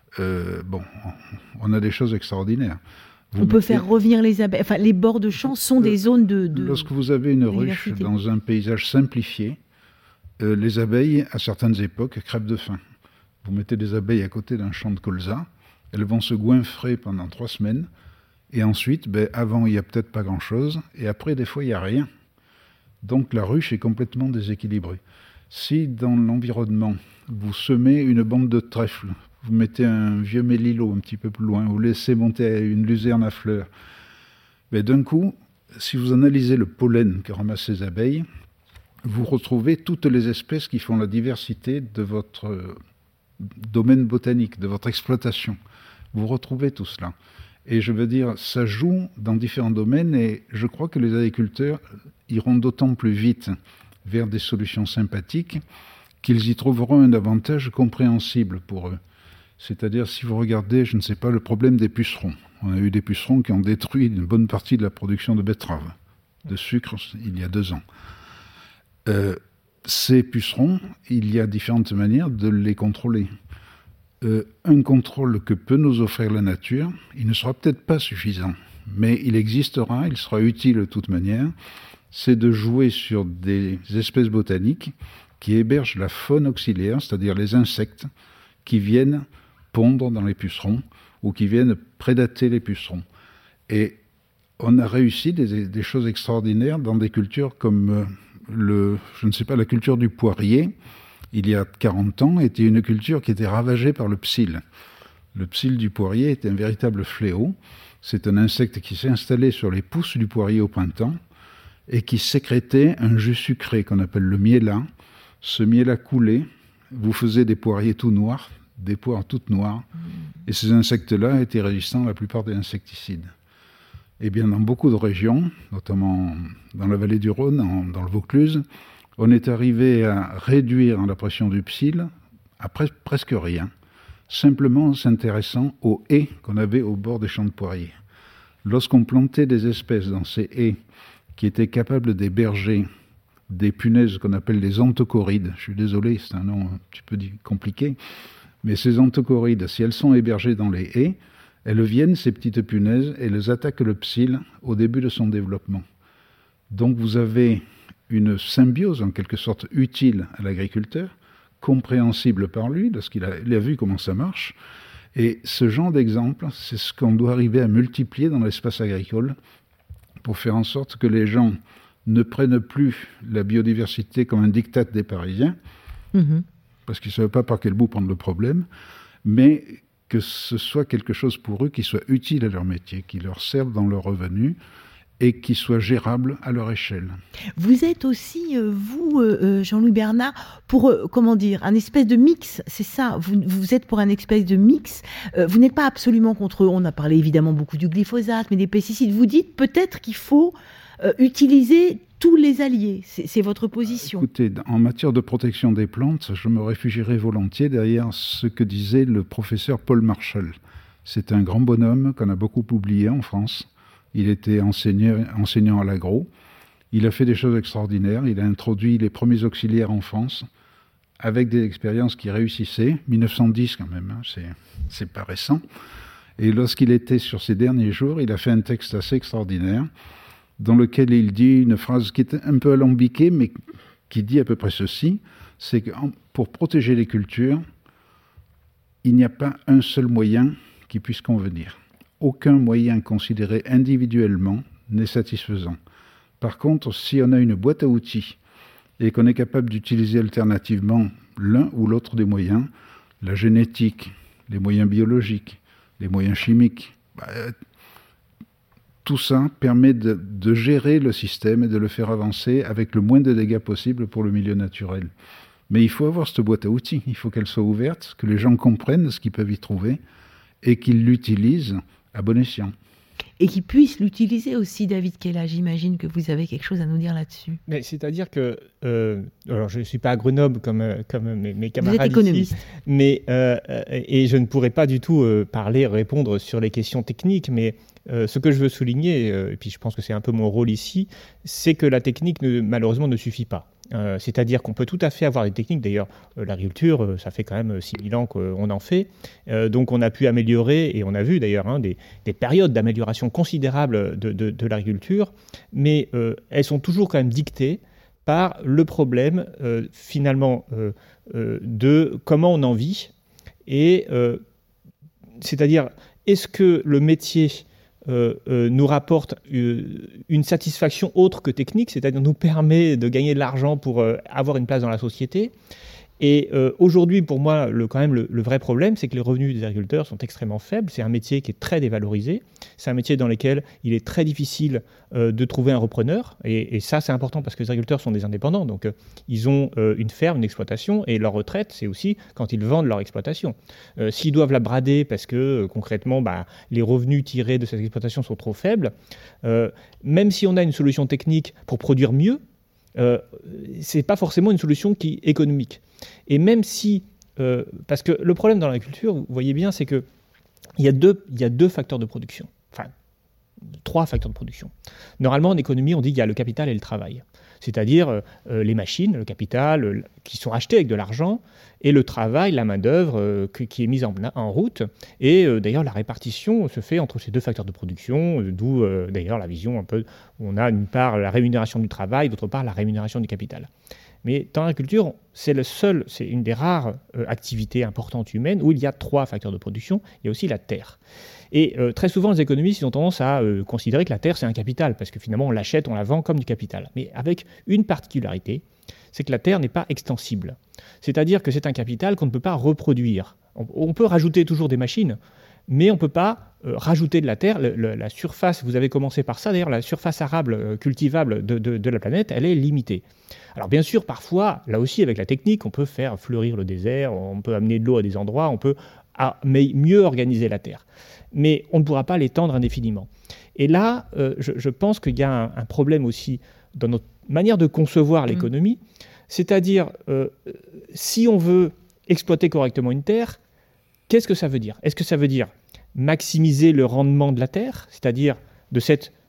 On a des choses extraordinaires. On peut faire revenir les abeilles. Enfin, les bords de champs sont des zones de lorsque vous avez une ruche dans un paysage simplifié, les abeilles, à certaines époques, crèvent de faim. Vous mettez des abeilles à côté d'un champ de colza, elles vont se goinfrer pendant 3 semaines, et ensuite, avant, il n'y a peut-être pas grand-chose, et après, des fois, il n'y a rien. Donc, la ruche est complètement déséquilibrée. Si, dans l'environnement, vous semez une bande de trèfle, vous mettez un vieux mélilot un petit peu plus loin, vous laissez monter une luzerne à fleurs, d'un coup, si vous analysez le pollen que ramassent ces abeilles, vous retrouvez toutes les espèces qui font la diversité de votre domaine botanique, de votre exploitation. Vous retrouvez tout cela. Et je veux dire, ça joue dans différents domaines et je crois que les agriculteurs iront d'autant plus vite vers des solutions sympathiques qu'ils y trouveront un avantage compréhensible pour eux. C'est-à-dire, si vous regardez, je ne sais pas, le problème des pucerons. On a eu des pucerons qui ont détruit une bonne partie de la production de betteraves, de sucre, il y a 2 ans. Ces pucerons, il y a différentes manières de les contrôler. Un contrôle que peut nous offrir la nature, il ne sera peut-être pas suffisant, mais il existera, il sera utile de toute manière, c'est de jouer sur des espèces botaniques qui hébergent la faune auxiliaire, c'est-à-dire les insectes qui viennent pondre dans les pucerons ou qui viennent prédater les pucerons. Et on a réussi des choses extraordinaires dans des cultures comme la culture du poirier, il y a 40 ans, était une culture qui était ravagée par le psylle. Le psylle du poirier était un véritable fléau. C'est un insecte qui s'est installé sur les pousses du poirier au printemps et qui sécrétait un jus sucré qu'on appelle le miella. Ce miella coulait, vous faisiez des poiriers tout noirs, des poires toutes noires, et ces insectes-là étaient résistants à la plupart des insecticides. Eh bien, dans beaucoup de régions, notamment dans la vallée du Rhône, dans le Vaucluse, On est arrivé à réduire la pression du psylle à presque rien, simplement en s'intéressant aux haies qu'on avait au bord des champs de poiriers. Lorsqu'on plantait des espèces dans ces haies qui étaient capables d'héberger des punaises qu'on appelle les anthocorides, je suis désolé, c'est un nom un petit peu compliqué, mais ces anthocorides, si elles sont hébergées dans les haies, elles viennent, ces petites punaises, et elles attaquent le psylle au début de son développement. Donc vous avez une symbiose en quelque sorte utile à l'agriculteur, compréhensible par lui, lorsqu'il a vu comment ça marche. Et ce genre d'exemple, c'est ce qu'on doit arriver à multiplier dans l'espace agricole pour faire en sorte que les gens ne prennent plus la biodiversité comme un diktat des Parisiens, parce qu'ils ne savent pas par quel bout prendre le problème, mais que ce soit quelque chose pour eux qui soit utile à leur métier, qui leur serve dans leur revenu, et qui soit gérable à leur échelle. Vous êtes aussi, vous, Jean-Louis Bernard, pour, un espèce de mix, c'est ça, vous êtes pour un espèce de mix, vous n'êtes pas absolument contre, on a parlé évidemment beaucoup du glyphosate, mais des pesticides, vous dites peut-être qu'il faut utiliser tous les alliés, c'est votre position. Écoutez, en matière de protection des plantes, je me réfugierai volontiers derrière ce que disait le professeur Paul Marshall. C'est un grand bonhomme qu'on a beaucoup publié en France. Il était enseignant à l'agro. Il a fait des choses extraordinaires. Il a introduit les premiers auxiliaires en France avec des expériences qui réussissaient. 1910 quand même, hein, c'est pas récent. Et lorsqu'il était sur ses derniers jours, il a fait un texte assez extraordinaire dans lequel il dit une phrase qui est un peu alambiquée, mais qui dit à peu près ceci, c'est que pour protéger les cultures, il n'y a pas un seul moyen qui puisse convenir. Aucun moyen considéré individuellement n'est satisfaisant. Par contre, si on a une boîte à outils et qu'on est capable d'utiliser alternativement l'un ou l'autre des moyens, la génétique, les moyens biologiques, les moyens chimiques, tout ça permet de gérer le système et de le faire avancer avec le moins de dégâts possible pour le milieu naturel. Mais il faut avoir cette boîte à outils, il faut qu'elle soit ouverte, que les gens comprennent ce qu'ils peuvent y trouver et qu'ils l'utilisent à bon escient. Et qui puisse l'utiliser aussi, David Kella. J'imagine que vous avez quelque chose à nous dire là-dessus. Mais c'est-à-dire que, alors je ne suis pas à Grenoble comme mes camarades. Vous êtes économiste. Ici, mais, et je ne pourrais pas du tout répondre sur les questions techniques, mais ce que je veux souligner, et puis je pense que c'est un peu mon rôle ici, c'est que la technique malheureusement ne suffit pas. C'est-à-dire qu'on peut tout à fait avoir des techniques, d'ailleurs l'agriculture, ça fait quand même 6000 ans qu'on en fait, donc on a pu améliorer, et on a vu d'ailleurs des périodes d'amélioration considérables de l'agriculture, mais elles sont toujours quand même dictées par le problème finalement de comment on en vit, et c'est-à-dire est-ce que le métier nous rapporte une satisfaction autre que technique, c'est-à-dire nous permet de gagner de l'argent pour avoir une place dans la société. Et aujourd'hui, pour moi, le vrai problème, c'est que les revenus des agriculteurs sont extrêmement faibles. C'est un métier qui est très dévalorisé. C'est un métier dans lequel il est très difficile de trouver un repreneur. Et ça, c'est important parce que les agriculteurs sont des indépendants. Donc, ils ont une ferme, une exploitation. Et leur retraite, c'est aussi quand ils vendent leur exploitation. S'ils doivent la brader parce que, concrètement, les revenus tirés de cette exploitation sont trop faibles, même si on a une solution technique pour produire mieux, c'est pas forcément une solution qui est économique. Et même si, parce que le problème dans l'agriculture, vous voyez bien, c'est que il y a deux facteurs de production, enfin 3 facteurs de production. Normalement, en économie, on dit qu'il y a le capital et le travail, c'est-à-dire les machines, le capital, qui sont achetés avec de l'argent, et le travail, la main-d'œuvre qui est mise en route. Et d'ailleurs, la répartition se fait entre ces 2 facteurs de production, d'où d'ailleurs la vision un peu, on a d'une part la rémunération du travail, d'autre part la rémunération du capital. Mais dans l'agriculture, c'est une des rares activités importantes humaines où il y a 3 facteurs de production. Il y a aussi la terre. Et très souvent, les économistes ont tendance à considérer que la terre, c'est un capital, parce que finalement, on l'achète, on la vend comme du capital. Mais avec une particularité, c'est que la terre n'est pas extensible. C'est-à-dire que c'est un capital qu'on ne peut pas reproduire. On peut rajouter toujours des machines, mais on ne peut pas rajouter de la terre. La surface, vous avez commencé par ça, d'ailleurs, la surface arable cultivable de la planète, elle est limitée. Alors bien sûr, parfois, là aussi, avec la technique, on peut faire fleurir le désert, on peut amener de l'eau à des endroits, on peut mieux organiser la terre. Mais on ne pourra pas l'étendre indéfiniment. Et là, je pense qu'il y a un problème aussi dans manière de concevoir l'économie, c'est-à-dire si on veut exploiter correctement une terre, qu'est-ce que ça veut dire ? Est-ce que ça veut dire maximiser le rendement de la terre, c'est-à-dire de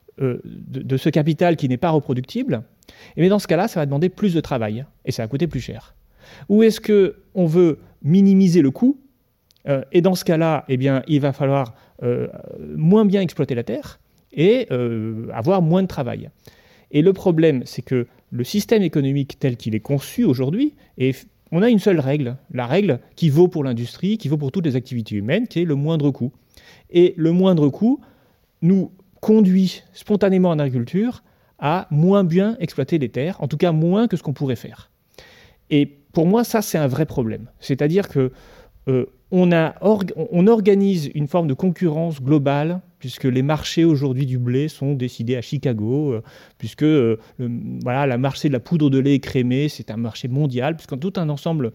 ce capital qui n'est pas reproductible ? Et dans ce cas-là, ça va demander plus de travail et ça va coûter plus cher. Ou est-ce qu'on veut minimiser le coût et dans ce cas-là, eh bien, il va falloir moins bien exploiter la terre et avoir moins de travail. Et le problème, c'est que le système économique tel qu'il est conçu aujourd'hui, on a une seule règle, la règle qui vaut pour l'industrie, qui vaut pour toutes les activités humaines, qui est le moindre coût. Et le moindre coût nous conduit spontanément en agriculture à moins bien exploiter les terres, en tout cas moins que ce qu'on pourrait faire. Et pour moi, ça, c'est un vrai problème. C'est-à-dire que on organise une forme de concurrence globale, puisque les marchés aujourd'hui du blé sont décidés à Chicago, puisque le marché de la poudre de lait écrémé, c'est un marché mondial, puisqu'on a tout un ensemble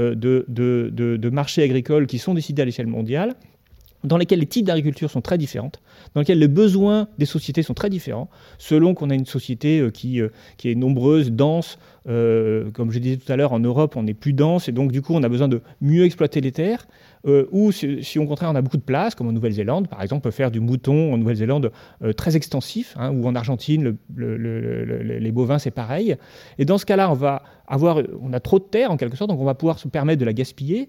de marchés agricoles qui sont décidés à l'échelle mondiale, dans lesquels les types d'agriculture sont très différentes, dans lesquels les besoins des sociétés sont très différents, selon qu'on a une société qui est nombreuse, dense. Comme je disais tout à l'heure, en Europe, on est plus dense, et donc du coup, on a besoin de mieux exploiter les terres. Ou si au contraire, on a beaucoup de place, comme en Nouvelle-Zélande, par exemple, on peut faire du mouton en Nouvelle-Zélande très extensif, ou en Argentine, les bovins, c'est pareil. Et dans ce cas-là, on a trop de terre, en quelque sorte, donc on va pouvoir se permettre de la gaspiller,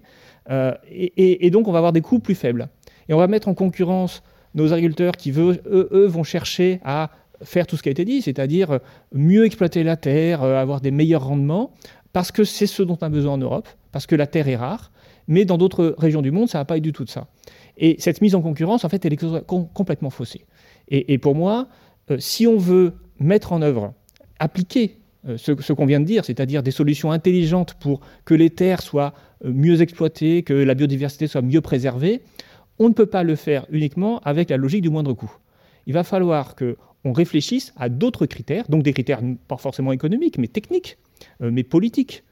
et donc on va avoir des coûts plus faibles. Et on va mettre en concurrence nos agriculteurs qui, eux, vont chercher à faire tout ce qui a été dit, c'est-à-dire mieux exploiter la terre, avoir des meilleurs rendements, parce que c'est ce dont on a besoin en Europe, parce que la terre est rare, mais dans d'autres régions du monde, ça n'a pas eu du tout de ça. Et cette mise en concurrence, en fait, elle est complètement faussée. Et pour moi, si on veut mettre en œuvre, appliquer ce qu'on vient de dire, c'est-à-dire des solutions intelligentes pour que les terres soient mieux exploitées, que la biodiversité soit mieux préservée, on ne peut pas le faire uniquement avec la logique du moindre coût. Il va falloir qu'on réfléchisse à d'autres critères, donc des critères pas forcément économiques, mais techniques, mais politiques.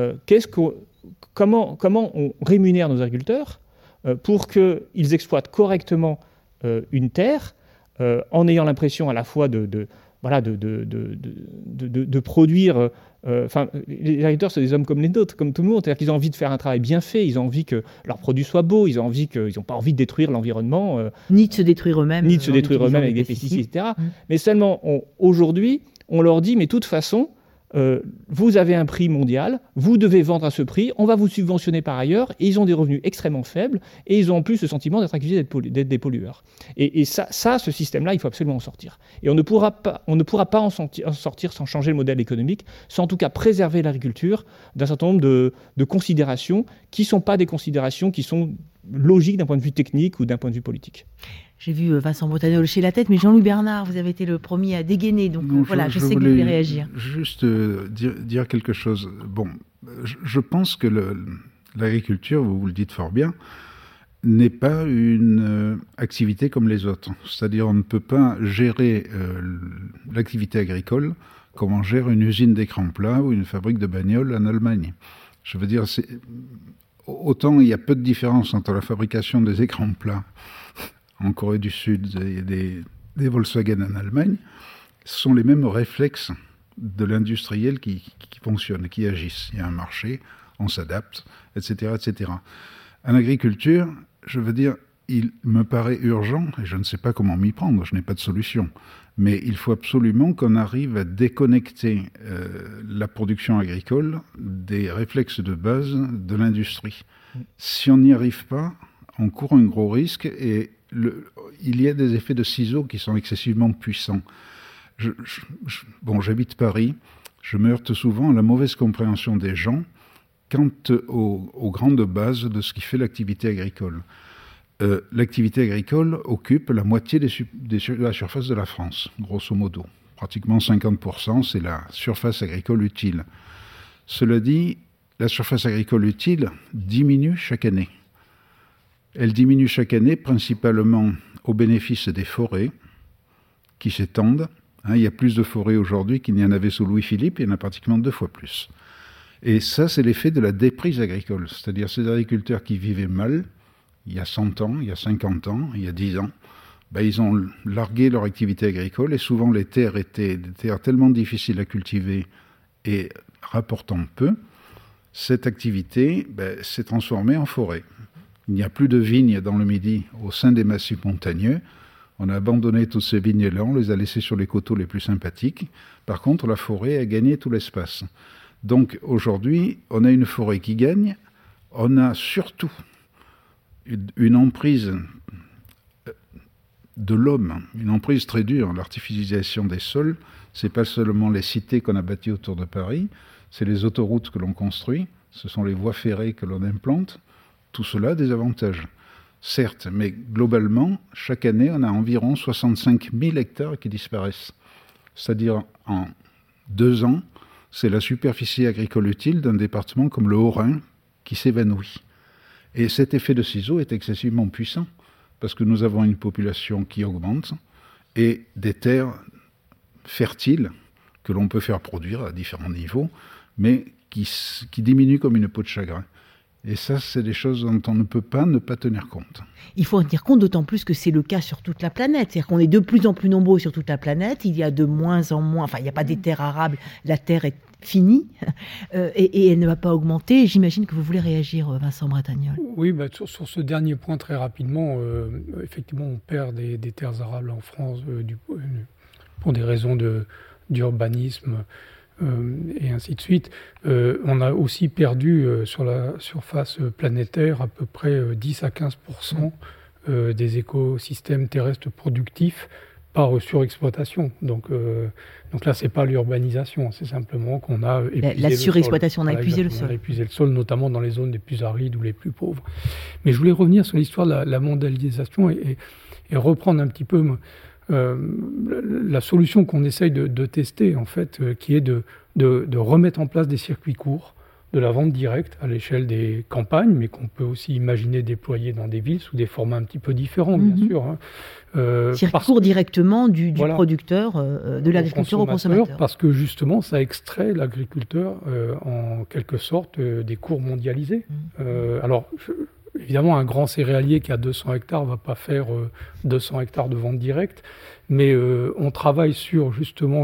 Comment on rémunère nos agriculteurs pour qu'ils exploitent correctement une terre en ayant l'impression à la fois de produire. Les agriculteurs, c'est des hommes comme les autres, comme tout le monde. C'est-à-dire qu'ils ont envie de faire un travail bien fait, ils ont envie que leurs produits soient beaux, ils n'ont pas envie de détruire l'environnement. Ni de se détruire eux-mêmes. Ni de se détruire eux-mêmes avec des pesticides, etc. Mais seulement, aujourd'hui, on leur dit, mais de toute façon, vous avez un prix mondial, vous devez vendre à ce prix, on va vous subventionner par ailleurs, et ils ont des revenus extrêmement faibles, et ils ont en plus le sentiment d'être accusés d'être des pollueurs. Et ça, ce système-là, il faut absolument en sortir. Et on ne pourra pas en sortir sans changer le modèle économique, sans en tout cas préserver l'agriculture d'un certain nombre de considérations qui ne sont pas des considérations qui sont logiques d'un point de vue technique ou d'un point de vue politique. J'ai vu Vincent Bretagnol hocher la tête, mais Jean-Louis Bernard, vous avez été le premier à dégainer, donc je sais que vous voulez réagir. Juste dire quelque chose. Bon, je pense que l'agriculture, vous le dites fort bien, n'est pas une activité comme les autres. C'est-à-dire, on ne peut pas gérer l'activité agricole comme on gère une usine d'écran plat ou une fabrique de bagnoles en Allemagne. Je veux dire, autant il y a peu de différence entre la fabrication des écrans plats en Corée du Sud et des Volkswagen en Allemagne, ce sont les mêmes réflexes de l'industriel qui fonctionnent, qui agissent. Il y a un marché, on s'adapte, etc., etc. En agriculture, je veux dire, il me paraît urgent, et je ne sais pas comment m'y prendre, je n'ai pas de solution, mais il faut absolument qu'on arrive à déconnecter la production agricole des réflexes de base de l'industrie. Si on n'y arrive pas, on court un gros risque et il y a des effets de ciseaux qui sont excessivement puissants. J'habite Paris, je me heurte souvent à la mauvaise compréhension des gens quant aux grandes bases de ce qui fait l'activité agricole. L'activité agricole occupe la moitié de la surface de la France, grosso modo. Pratiquement 50%, c'est la surface agricole utile. Cela dit, la surface agricole utile diminue chaque année. Elle diminue chaque année principalement au bénéfice des forêts qui s'étendent. Il y a plus de forêts aujourd'hui qu'il n'y en avait sous Louis-Philippe, il y en a pratiquement 2 fois plus. Et ça, c'est l'effet de la déprise agricole, c'est-à-dire ces agriculteurs qui vivaient mal, il y a 100 ans, il y a 50 ans, il y a 10 ans, ils ont largué leur activité agricole et souvent les terres étaient des terres tellement difficiles à cultiver et rapportant peu. Cette activité s'est transformée en forêt. Il n'y a plus de vignes dans le Midi au sein des massifs montagneux. On a abandonné toutes ces vignes-là, on les a laissées sur les coteaux les plus sympathiques. Par contre, la forêt a gagné tout l'espace. Donc aujourd'hui, on a une forêt qui gagne. On a surtout une emprise de l'homme, une emprise très dure. L'artificialisation des sols, c'est pas seulement les cités qu'on a bâties autour de Paris, c'est les autoroutes que l'on construit, ce sont les voies ferrées que l'on implante. Tout cela a des avantages, certes, mais globalement, chaque année, on a environ 65 000 hectares qui disparaissent. C'est-à-dire, en 2 ans, c'est la superficie agricole utile d'un département comme le Haut-Rhin qui s'évanouit. Et cet effet de ciseau est excessivement puissant, parce que nous avons une population qui augmente et des terres fertiles que l'on peut faire produire à différents niveaux, mais qui diminuent comme une peau de chagrin. Et ça, c'est des choses dont on ne peut pas ne pas tenir compte. Il faut en tenir compte, d'autant plus que c'est le cas sur toute la planète. C'est-à-dire qu'on est de plus en plus nombreux sur toute la planète. Il y a de moins en moins... Enfin, il n'y a pas des terres arables. La terre est finie et elle ne va pas augmenter. J'imagine que vous voulez réagir, Vincent Bratagnol. Oui, sur ce dernier point, très rapidement, effectivement, on perd des terres arables en France pour des raisons d'urbanisme. Et ainsi de suite. On a aussi perdu sur la surface planétaire à peu près 10 à 15% des écosystèmes terrestres productifs par surexploitation. Donc là, c'est pas l'urbanisation, c'est simplement qu'on a épuisé la surexploitation, le sol. On a épuisé le sol. On a épuisé le sol, notamment dans les zones les plus arides ou les plus pauvres. Mais je voulais revenir sur l'histoire de la mondialisation et reprendre un petit peu... la solution qu'on essaye de tester, en fait, qui est de remettre en place des circuits courts, de la vente directe à l'échelle des campagnes, mais qu'on peut aussi imaginer déployer dans des villes sous des formats un petit peu différents, bien sûr. Circuit court directement du producteur, de l'agriculteur au consommateur. Parce que justement, ça extrait l'agriculteur, en quelque sorte, des cours mondialisés. Évidemment, un grand céréalier qui a 200 hectares ne va pas faire 200 hectares de vente directe, mais on travaille sur justement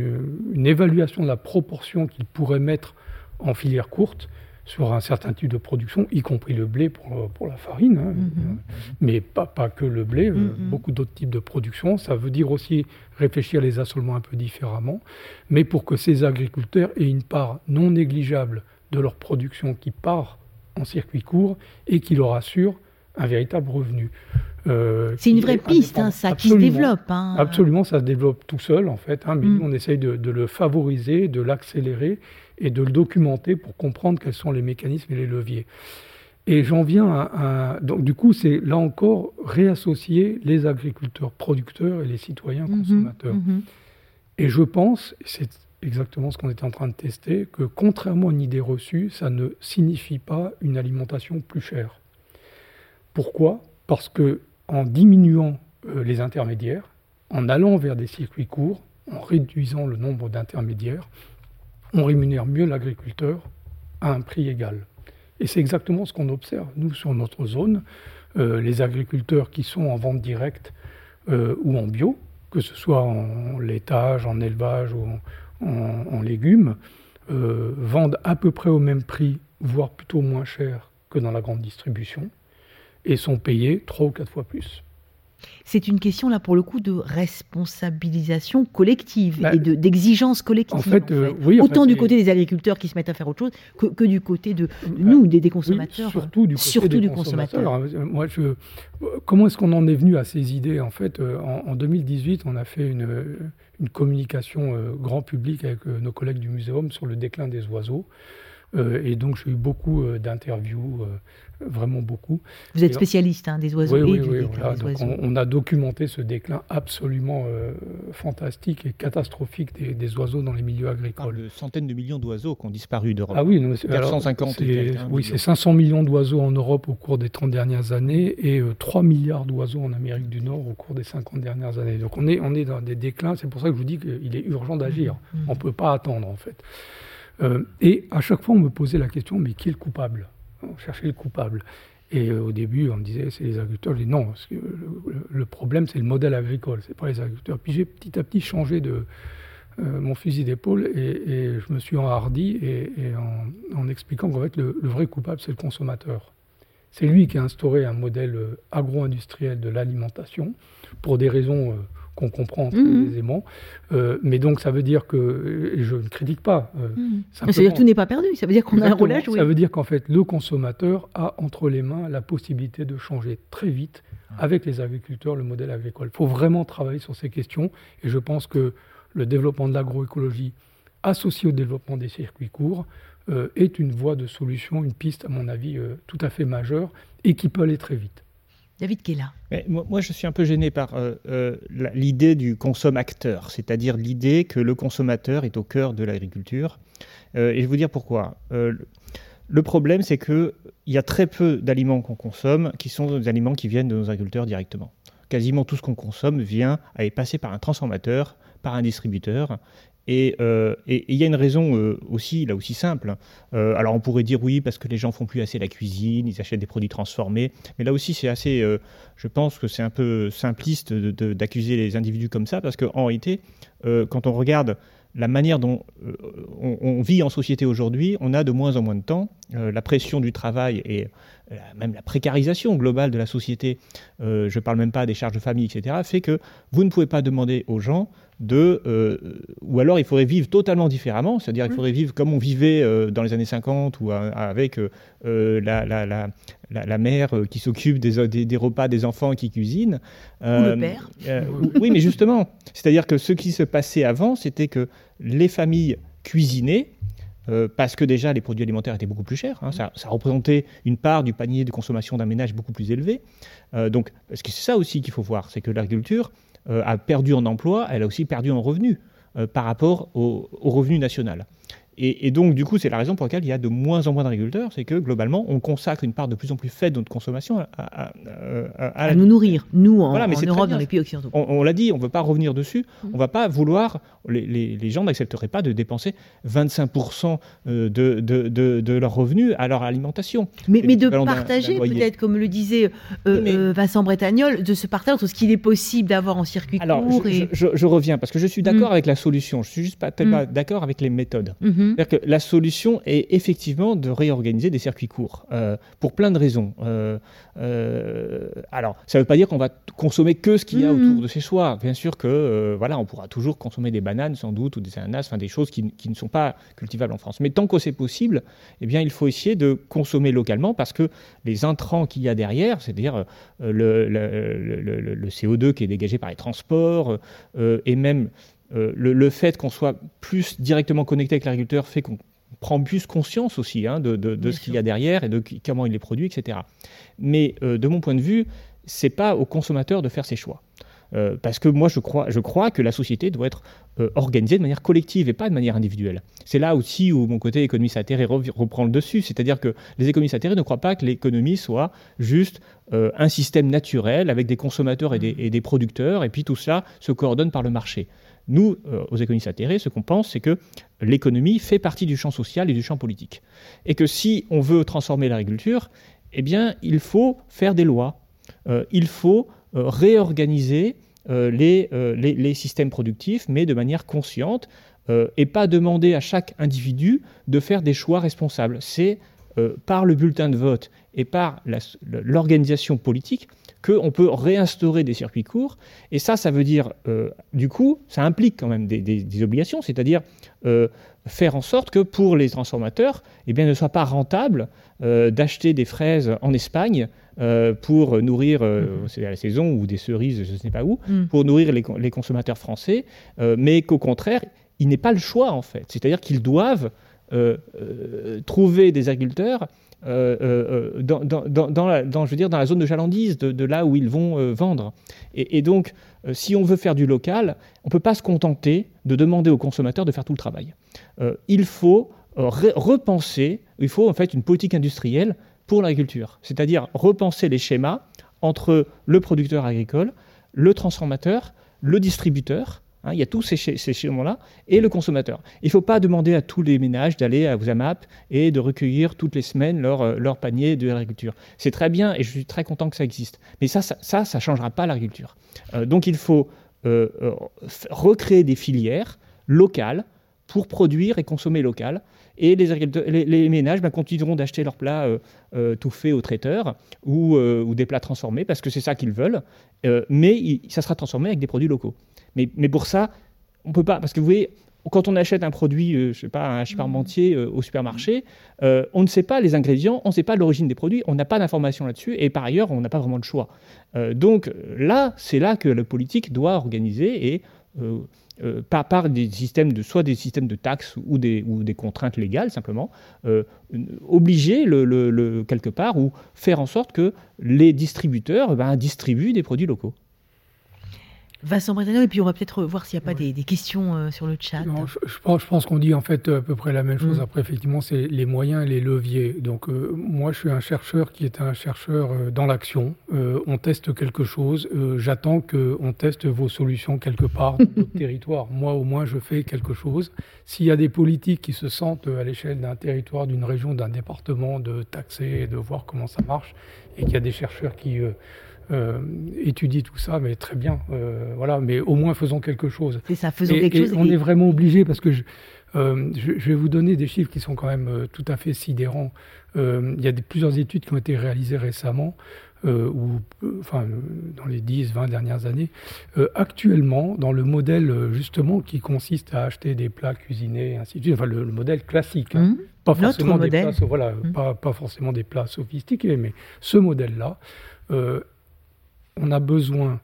une évaluation de la proportion qu'il pourrait mettre en filière courte sur un certain type de production, y compris le blé pour la farine, mais pas que le blé, beaucoup d'autres types de production. Ça veut dire aussi réfléchir les assolements un peu différemment, mais pour que ces agriculteurs aient une part non négligeable de leur production qui part en circuit court et qui leur assure un véritable revenu. C'est une vraie piste, ça, qui se développe. Absolument, ça se développe tout seul, en fait. Mais nous, on essaye de le favoriser, de l'accélérer et de le documenter pour comprendre quels sont les mécanismes et les leviers. Et j'en viens donc, du coup, c'est là encore réassocier les agriculteurs producteurs et les citoyens consommateurs. Et je pense, c'est exactement ce qu'on est en train de tester, que contrairement à une idée reçue, ça ne signifie pas une alimentation plus chère. Pourquoi ? Parce qu'en diminuant les intermédiaires, en allant vers des circuits courts, en réduisant le nombre d'intermédiaires, on rémunère mieux l'agriculteur à un prix égal. Et c'est exactement ce qu'on observe, nous, sur notre zone. Les agriculteurs qui sont en vente directe ou en bio, que ce soit en laitage, en élevage ou en légumes, vendent à peu près au même prix, voire plutôt moins cher que dans la grande distribution, et sont payés 3 ou 4 fois plus. C'est une question, là, pour le coup, de responsabilisation collective et d'exigence collective. Oui, autant du côté des agriculteurs qui se mettent à faire autre chose que du côté de nous, des consommateurs. Oui, surtout du consommateur. Moi, comment est-ce qu'on en est venu à ces idées ? En fait, en 2018, on a fait une communication grand public avec nos collègues du Muséum sur le déclin des oiseaux. Et donc, j'ai eu beaucoup d'interviews, vraiment beaucoup. Vous êtes spécialiste des oiseaux et du déclin des oiseaux. On a documenté ce déclin absolument fantastique et catastrophique des oiseaux dans les milieux agricoles. On parle de centaines de millions d'oiseaux qui ont disparu d'Europe. Ah oui, 450 c'est 500 millions d'oiseaux en Europe au cours des 30 dernières années et 3 milliards d'oiseaux en Amérique du Nord au cours des 50 dernières années. Donc on est dans des déclins, c'est pour ça que je vous dis qu'il est urgent d'agir. On ne peut pas attendre, en fait. Et à chaque fois, on me posait la question, mais qui est le coupable ? On cherchait le coupable. Et au début, on me disait, c'est les agriculteurs. Je dis non, parce que le problème, c'est le modèle agricole, c'est pas les agriculteurs. Puis j'ai petit à petit changé mon fusil d'épaule et je me suis enhardi en expliquant qu'en fait, le vrai coupable, c'est le consommateur. C'est lui qui a instauré un modèle agro-industriel de l'alimentation pour des raisons qu'on comprend très aisément. Mais donc, ça veut dire que, et je ne critique pas. Ça veut dire que tout n'est pas perdu. Ça veut dire qu'on a un rôle à jouer. Ça veut dire qu'en fait, le consommateur a entre les mains la possibilité de changer très vite avec les agriculteurs le modèle agricole. Il faut vraiment travailler sur ces questions. Et je pense que le développement de l'agroécologie associé au développement des circuits courts est une voie de solution, une piste, à mon avis, tout à fait majeure et qui peut aller très vite. David Kella. Moi, je suis un peu gêné par l'idée du consomme-acteur, c'est-à-dire l'idée que le consommateur est au cœur de l'agriculture. Et je vais vous dire pourquoi. Le problème, c'est qu'il y a très peu d'aliments qu'on consomme qui sont des aliments qui viennent de nos agriculteurs directement. Quasiment tout ce qu'on consomme est passé par un transformateur, par un distributeur. Et il y a une raison aussi simple. Alors on pourrait dire oui, parce que les gens font plus assez la cuisine, ils achètent des produits transformés. Mais là aussi, c'est assez. Je pense que c'est un peu simpliste d'accuser les individus comme ça, parce qu'en réalité, quand on regarde la manière dont on vit en société aujourd'hui, on a de moins en moins de temps. La pression du travail et même la précarisation globale de la société, je ne parle même pas des charges de famille, etc., fait que vous ne pouvez pas demander aux gens ou alors il faudrait vivre totalement différemment, c'est-à-dire il faudrait vivre comme on vivait dans les années 50 ou avec la mère qui s'occupe des repas des enfants qui cuisinent. Ou le père. Oui, mais justement, c'est-à-dire que ce qui se passait avant, c'était que les familles cuisinaient, parce que déjà les produits alimentaires étaient beaucoup plus chers, ça représentait une part du panier de consommation d'un ménage beaucoup plus élevé. Donc, parce que c'est ça aussi qu'il faut voir, c'est que l'agriculture a perdu en emploi, elle a aussi perdu en revenus par rapport au revenu national. Et donc, du coup, c'est la raison pour laquelle il y a de moins en moins d'agriculteurs, c'est que, globalement, on consacre une part de plus en plus faible de notre consommation à nous nourrir, nous, en Europe, dans les pays occidentaux. On l'a dit, on ne veut pas revenir dessus, on ne va pas vouloir, les gens n'accepteraient pas de dépenser 25% de leurs revenus à leur alimentation. Mais de partager, peut-être, comme le disait Vincent Bretagnol, de se partager entre ce qu'il est possible d'avoir en circuit court. Alors, je reviens, parce que je suis d'accord avec la solution, je ne suis juste pas d'accord avec les méthodes. C'est-à-dire que la solution est effectivement de réorganiser des circuits courts, pour plein de raisons. Alors, ça ne veut pas dire qu'on va consommer que ce qu'il y a autour de chez soi. Bien sûr que, on pourra toujours consommer des bananes, sans doute, ou des ananas, des choses qui ne sont pas cultivables en France. Mais tant que c'est possible, eh bien, il faut essayer de consommer localement, parce que les intrants qu'il y a derrière, c'est-à-dire le CO2 qui est dégagé par les transports, et même le fait qu'on soit plus directement connecté avec l'agriculteur fait qu'on prend plus conscience aussi de ce qu'il y a derrière et de comment il est produit, etc. Mais de mon point de vue, c'est pas au consommateur de faire ses choix. Parce que moi, je crois que la société doit être organisée de manière collective et pas de manière individuelle. C'est là aussi où mon côté économiste atterré reprend le dessus. C'est-à-dire que les économistes atterrés ne croient pas que l'économie soit juste un système naturel avec des consommateurs et des producteurs, et puis tout ça se coordonne par le marché. Nous, aux économistes atterrés, ce qu'on pense, c'est que l'économie fait partie du champ social et du champ politique. Et que si on veut transformer l'agriculture, eh bien, il faut faire des lois. Il faut réorganiser les systèmes productifs, mais de manière consciente, et pas demander à chaque individu de faire des choix responsables. C'est par le bulletin de vote et par l'organisation politique qu'on peut réinstaurer des circuits courts. Et ça veut dire, du coup, ça implique quand même des obligations, c'est-à-dire faire en sorte que pour les transformateurs, eh bien, ne soit pas rentable d'acheter des fraises en Espagne pour nourrir, c'est à la saison, ou des cerises, je ne sais pas où, pour nourrir les consommateurs français, mais qu'au contraire, ils n'aient pas le choix, en fait. C'est-à-dire qu'ils doivent trouver des agriculteurs dans la zone de chalandise, de là où ils vont vendre. Et donc, si on veut faire du local, on ne peut pas se contenter de demander aux consommateurs de faire tout le travail. Il faut repenser, il faut en fait une politique industrielle pour l'agriculture, c'est-à-dire repenser les schémas entre le producteur agricole, le transformateur, le distributeur, Il y a tous ces échelons-là et le consommateur. Il ne faut pas demander à tous les ménages d'aller à Uzamap et de recueillir toutes les semaines leur panier de l'agriculture. C'est très bien et je suis très content que ça existe. Mais ça ne changera pas l'agriculture. Donc il faut recréer des filières locales pour produire et consommer local. Et les ménages continueront d'acheter leurs plats tout faits au traiteur ou des plats transformés parce que c'est ça qu'ils veulent. Mais ça sera transformé avec des produits locaux. Mais pour ça, on ne peut pas. Parce que vous voyez, quand on achète un produit, je ne sais pas, un parmentier au supermarché, on ne sait pas les ingrédients, on ne sait pas l'origine des produits, on n'a pas d'informations là-dessus et par ailleurs, on n'a pas vraiment de choix. Donc là, c'est là que le politique doit organiser et par des systèmes soit des systèmes de taxes ou des contraintes légales simplement, obliger quelque part ou faire en sorte que les distributeurs distribuent des produits locaux. Vincent Bretano, et puis on va peut-être voir s'il n'y a pas des questions sur le chat. Non, je pense qu'on dit en fait à peu près la même chose. Après, effectivement, c'est les moyens et les leviers. Donc, moi, je suis un chercheur qui est un chercheur dans l'action. On teste quelque chose. J'attends qu'on teste vos solutions quelque part dans notre territoire. Moi, au moins, je fais quelque chose. S'il y a des politiques qui se sentent à l'échelle d'un territoire, d'une région, d'un département, de taxer, de voir comment ça marche, et qu'il y a des chercheurs qui étudie tout ça, mais très bien. Voilà, mais au moins faisons quelque chose. C'est ça, faisons quelque chose. On est vraiment obligé parce que je vais vous donner des chiffres qui sont quand même tout à fait sidérants. Il y a plusieurs études qui ont été réalisées récemment, dans les 10-20 dernières années. Actuellement, dans le modèle justement qui consiste à acheter des plats cuisinés, ainsi de suite, enfin le modèle classique, pas forcément des plats, pas forcément des plats sophistiqués, mais ce modèle-là. On a besoin,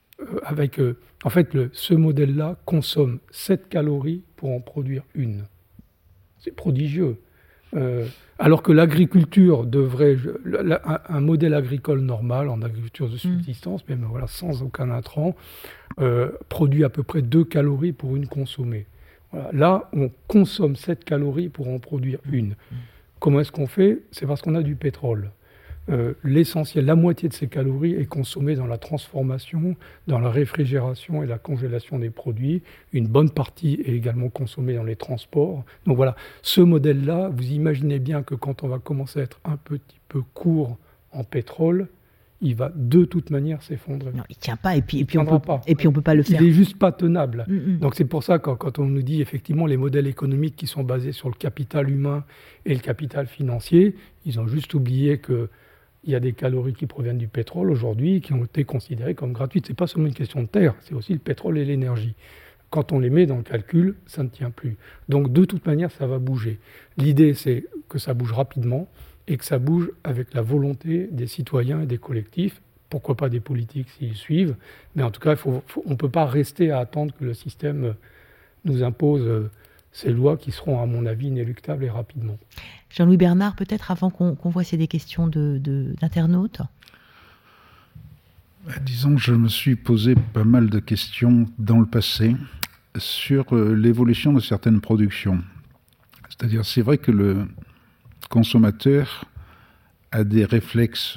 ce modèle-là consomme 7 calories pour en produire une. C'est prodigieux. Alors que l'agriculture devrait, un modèle agricole normal, en agriculture de subsistance, même sans aucun intrant, produit à peu près 2 calories pour une consommée. Voilà. Là, on consomme 7 calories pour en produire une. Comment est-ce qu'on fait ? C'est parce qu'on a du pétrole. L'essentiel, la moitié de ces calories est consommée dans la transformation, dans la réfrigération et la congélation des produits. Une bonne partie est également consommée dans les transports. Donc voilà, ce modèle-là, vous imaginez bien que quand on va commencer à être un petit peu court en pétrole, il va de toute manière s'effondrer. Non, il ne tient pas, et puis on ne peut pas le faire. Il n'est juste pas tenable. Donc c'est pour ça que quand on nous dit effectivement les modèles économiques qui sont basés sur le capital humain et le capital financier, ils ont juste oublié que il y a des calories qui proviennent du pétrole aujourd'hui qui ont été considérées comme gratuites. Ce n'est pas seulement une question de terre, c'est aussi le pétrole et l'énergie. Quand on les met dans le calcul, ça ne tient plus. Donc de toute manière, ça va bouger. L'idée, c'est que ça bouge rapidement et que ça bouge avec la volonté des citoyens et des collectifs. Pourquoi pas des politiques s'ils suivent. Mais en tout cas, on ne peut pas rester à attendre que le système nous impose ces lois qui seront, à mon avis, inéluctables et rapidement. Jean-Louis Bernard, peut-être avant qu'on voit s'il y a des questions d'internautes. Disons que je me suis posé pas mal de questions dans le passé sur l'évolution de certaines productions. C'est-à-dire, c'est vrai que le consommateur a des réflexes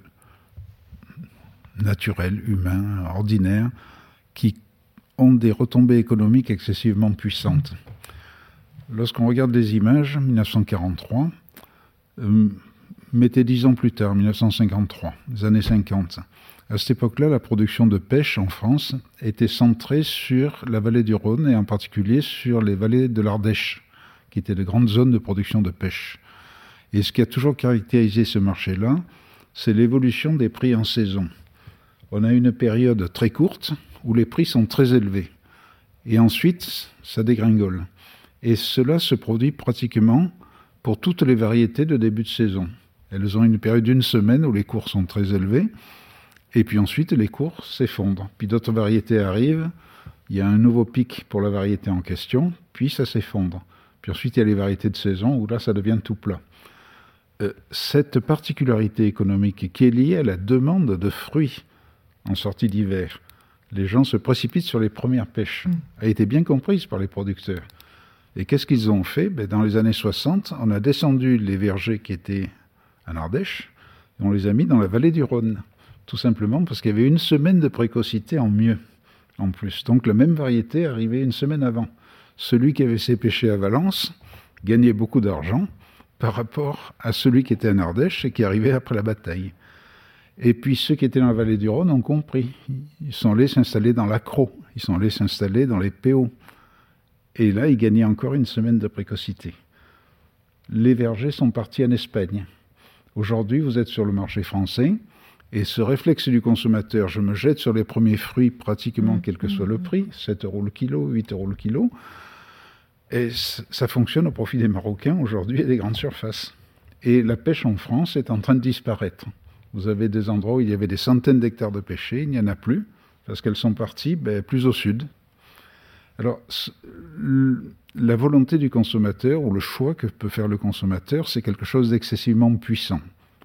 naturels, humains, ordinaires, qui ont des retombées économiques excessivement puissantes. Lorsqu'on regarde les images, 1943, mettez 10 ans plus tard, 1953, les années 50. À cette époque-là, la production de pêche en France était centrée sur la vallée du Rhône et en particulier sur les vallées de l'Ardèche, qui étaient de grandes zones de production de pêche. Et ce qui a toujours caractérisé ce marché-là, c'est l'évolution des prix en saison. On a une période très courte où les prix sont très élevés. Et ensuite, ça dégringole. Et cela se produit pratiquement pour toutes les variétés de début de saison. Elles ont une période d'une semaine où les cours sont très élevés, et puis ensuite les cours s'effondrent. Puis d'autres variétés arrivent, il y a un nouveau pic pour la variété en question, puis ça s'effondre. Puis ensuite il y a les variétés de saison où là ça devient tout plat. Cette particularité économique qui est liée à la demande de fruits en sortie d'hiver, les gens se précipitent sur les premières pêches, a été bien comprise par les producteurs. Et qu'est-ce qu'ils ont fait ? Dans les années 60, on a descendu les vergers qui étaient en Ardèche, et on les a mis dans la vallée du Rhône, tout simplement parce qu'il y avait une semaine de précocité en mieux. en plus. Donc la même variété arrivait une semaine avant. Celui qui avait ses pêchés à Valence gagnait beaucoup d'argent par rapport à celui qui était en Ardèche et qui arrivait après la bataille. Et puis ceux qui étaient dans la vallée du Rhône ont compris. Ils sont allés s'installer dans l'Accro, ils sont allés s'installer dans les PO. Et là, ils gagnaient encore une semaine de précocité. Les vergers sont partis en Espagne. Aujourd'hui, vous êtes sur le marché français, et ce réflexe du consommateur, je me jette sur les premiers fruits pratiquement quel que soit le prix, 7 € le kilo, 8 € le kilo, et ça fonctionne au profit des Marocains aujourd'hui et des grandes surfaces. Et la pêche en France est en train de disparaître. Vous avez des endroits où il y avait des centaines d'hectares de pêchés, il n'y en a plus, parce qu'elles sont parties plus au sud. Alors, la volonté du consommateur, ou le choix que peut faire le consommateur, c'est quelque chose d'excessivement puissant.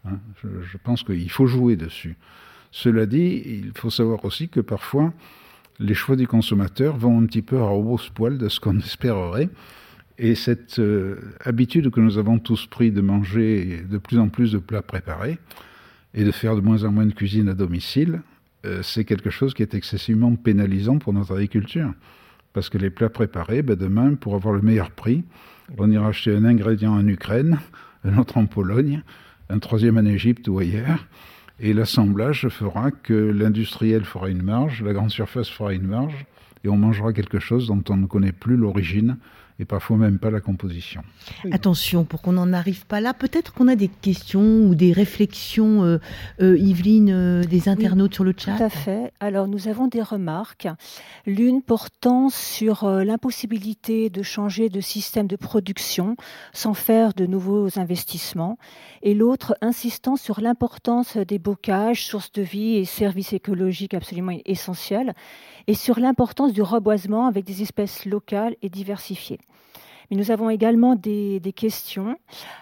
Je pense qu'il faut jouer dessus. Cela dit, il faut savoir aussi que parfois, les choix du consommateur vont un petit peu à rebrousse-poil de ce qu'on espérerait. Et cette habitude que nous avons tous pris de manger de plus en plus de plats préparés et de faire de moins en moins de cuisine à domicile, c'est quelque chose qui est excessivement pénalisant pour notre agriculture. Parce que les plats préparés, demain, pour avoir le meilleur prix, on ira acheter un ingrédient en Ukraine, un autre en Pologne, un troisième en Égypte ou ailleurs. Et l'assemblage fera que l'industriel fera une marge, la grande surface fera une marge, et on mangera quelque chose dont on ne connaît plus l'origine, et parfois même pas la composition. Attention, pour qu'on n'en arrive pas là, peut-être qu'on a des questions ou des réflexions, Yveline, des internautes sur le chat. Tout à fait. Alors, nous avons des remarques. L'une portant sur l'impossibilité de changer de système de production sans faire de nouveaux investissements, et l'autre insistant sur l'importance des bocages, sources de vie et services écologiques absolument essentiels, et sur l'importance du reboisement avec des espèces locales et diversifiées. Mais nous avons également des questions.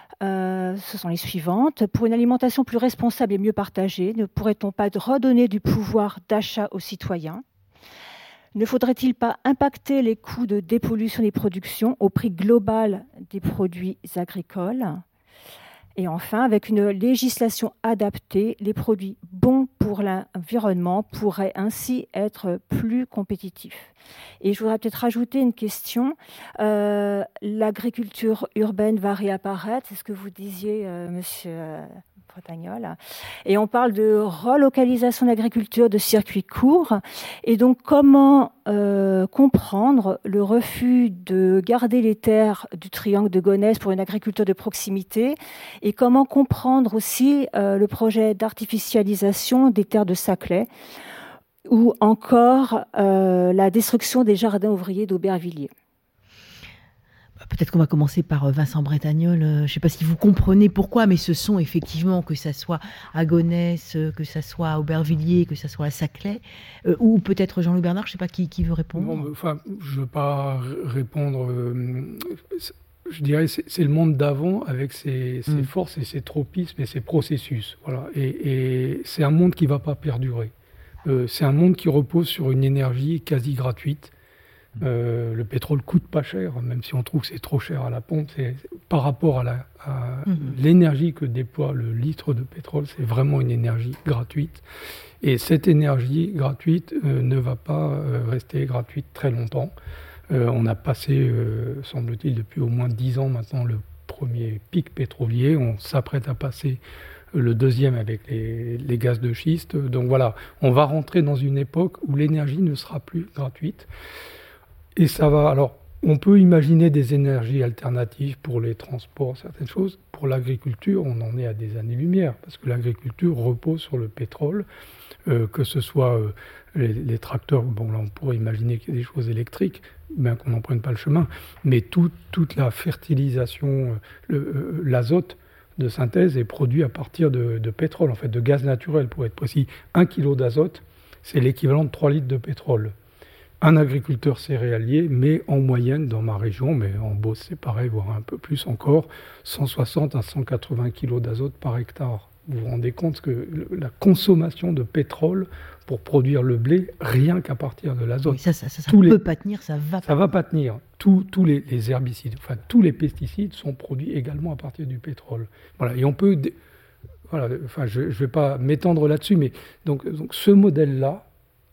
Ce sont les suivantes. Pour une alimentation plus responsable et mieux partagée, ne pourrait-on pas redonner du pouvoir d'achat aux citoyens ? Ne faudrait-il pas impacter les coûts de dépollution des productions au prix global des produits agricoles ? Et enfin, avec une législation adaptée, les produits bons pour l'environnement pourraient ainsi être plus compétitifs. Et je voudrais peut-être rajouter une question. L'agriculture urbaine va réapparaître, c'est ce que vous disiez, monsieur Bretagnol. Et on parle de relocalisation de l'agriculture de circuits courts. Et donc, comment comprendre le refus de garder les terres du triangle de Gonesse pour une agriculture de proximité, et comment comprendre aussi le projet d'artificialisation des terres de Saclay, ou encore la destruction des jardins ouvriers d'Aubervilliers. Peut-être qu'on va commencer par Vincent Bretagnol. Je ne sais pas si vous comprenez pourquoi, mais ce sont effectivement, que ça soit à Gonesse, que ça soit à Aubervilliers, que ça soit à Saclay, ou peut-être Jean-Louis Bernard, je ne sais pas qui veut répondre. Bon, je ne veux pas répondre. Je dirais que c'est le monde d'avant avec ses forces et ses tropismes et ses processus. Voilà. Et c'est un monde qui ne va pas perdurer. C'est un monde qui repose sur une énergie quasi gratuite. Le pétrole coûte pas cher, même si on trouve que c'est trop cher à la pompe. Par rapport à l'énergie que déploie le litre de pétrole, c'est vraiment une énergie gratuite. Et cette énergie gratuite ne va pas rester gratuite très longtemps. On a passé, semble-t-il, depuis au moins 10 ans maintenant, le premier pic pétrolier. On s'apprête à passer le deuxième avec les gaz de schiste. Donc voilà, on va rentrer dans une époque où l'énergie ne sera plus gratuite. Et ça va. Alors, on peut imaginer des énergies alternatives pour les transports, certaines choses. Pour l'agriculture, on en est à des années-lumière, parce que l'agriculture repose sur le pétrole, que ce soit les tracteurs. Bon, là, on pourrait imaginer qu'il y a des choses électriques, bien qu'on n'en prenne pas le chemin. Mais toute la fertilisation, l'azote de synthèse est produit à partir de pétrole, en fait, de gaz naturel, pour être précis. 1 kilo d'azote, c'est l'équivalent de 3 litres de pétrole. Un agriculteur céréalier met en moyenne dans ma région, mais en Beauce c'est pareil, voire un peu plus encore, 160 à 180 kg d'azote par hectare. Vous vous rendez compte que la consommation de pétrole pour produire le blé, rien qu'à partir de l'azote. Oui, ça ne peut pas tenir, ça va pas tenir. Tous les herbicides, enfin tous les pesticides sont produits également à partir du pétrole. Voilà, et on peut... Voilà, enfin je ne vais pas m'étendre là-dessus, mais donc ce modèle-là,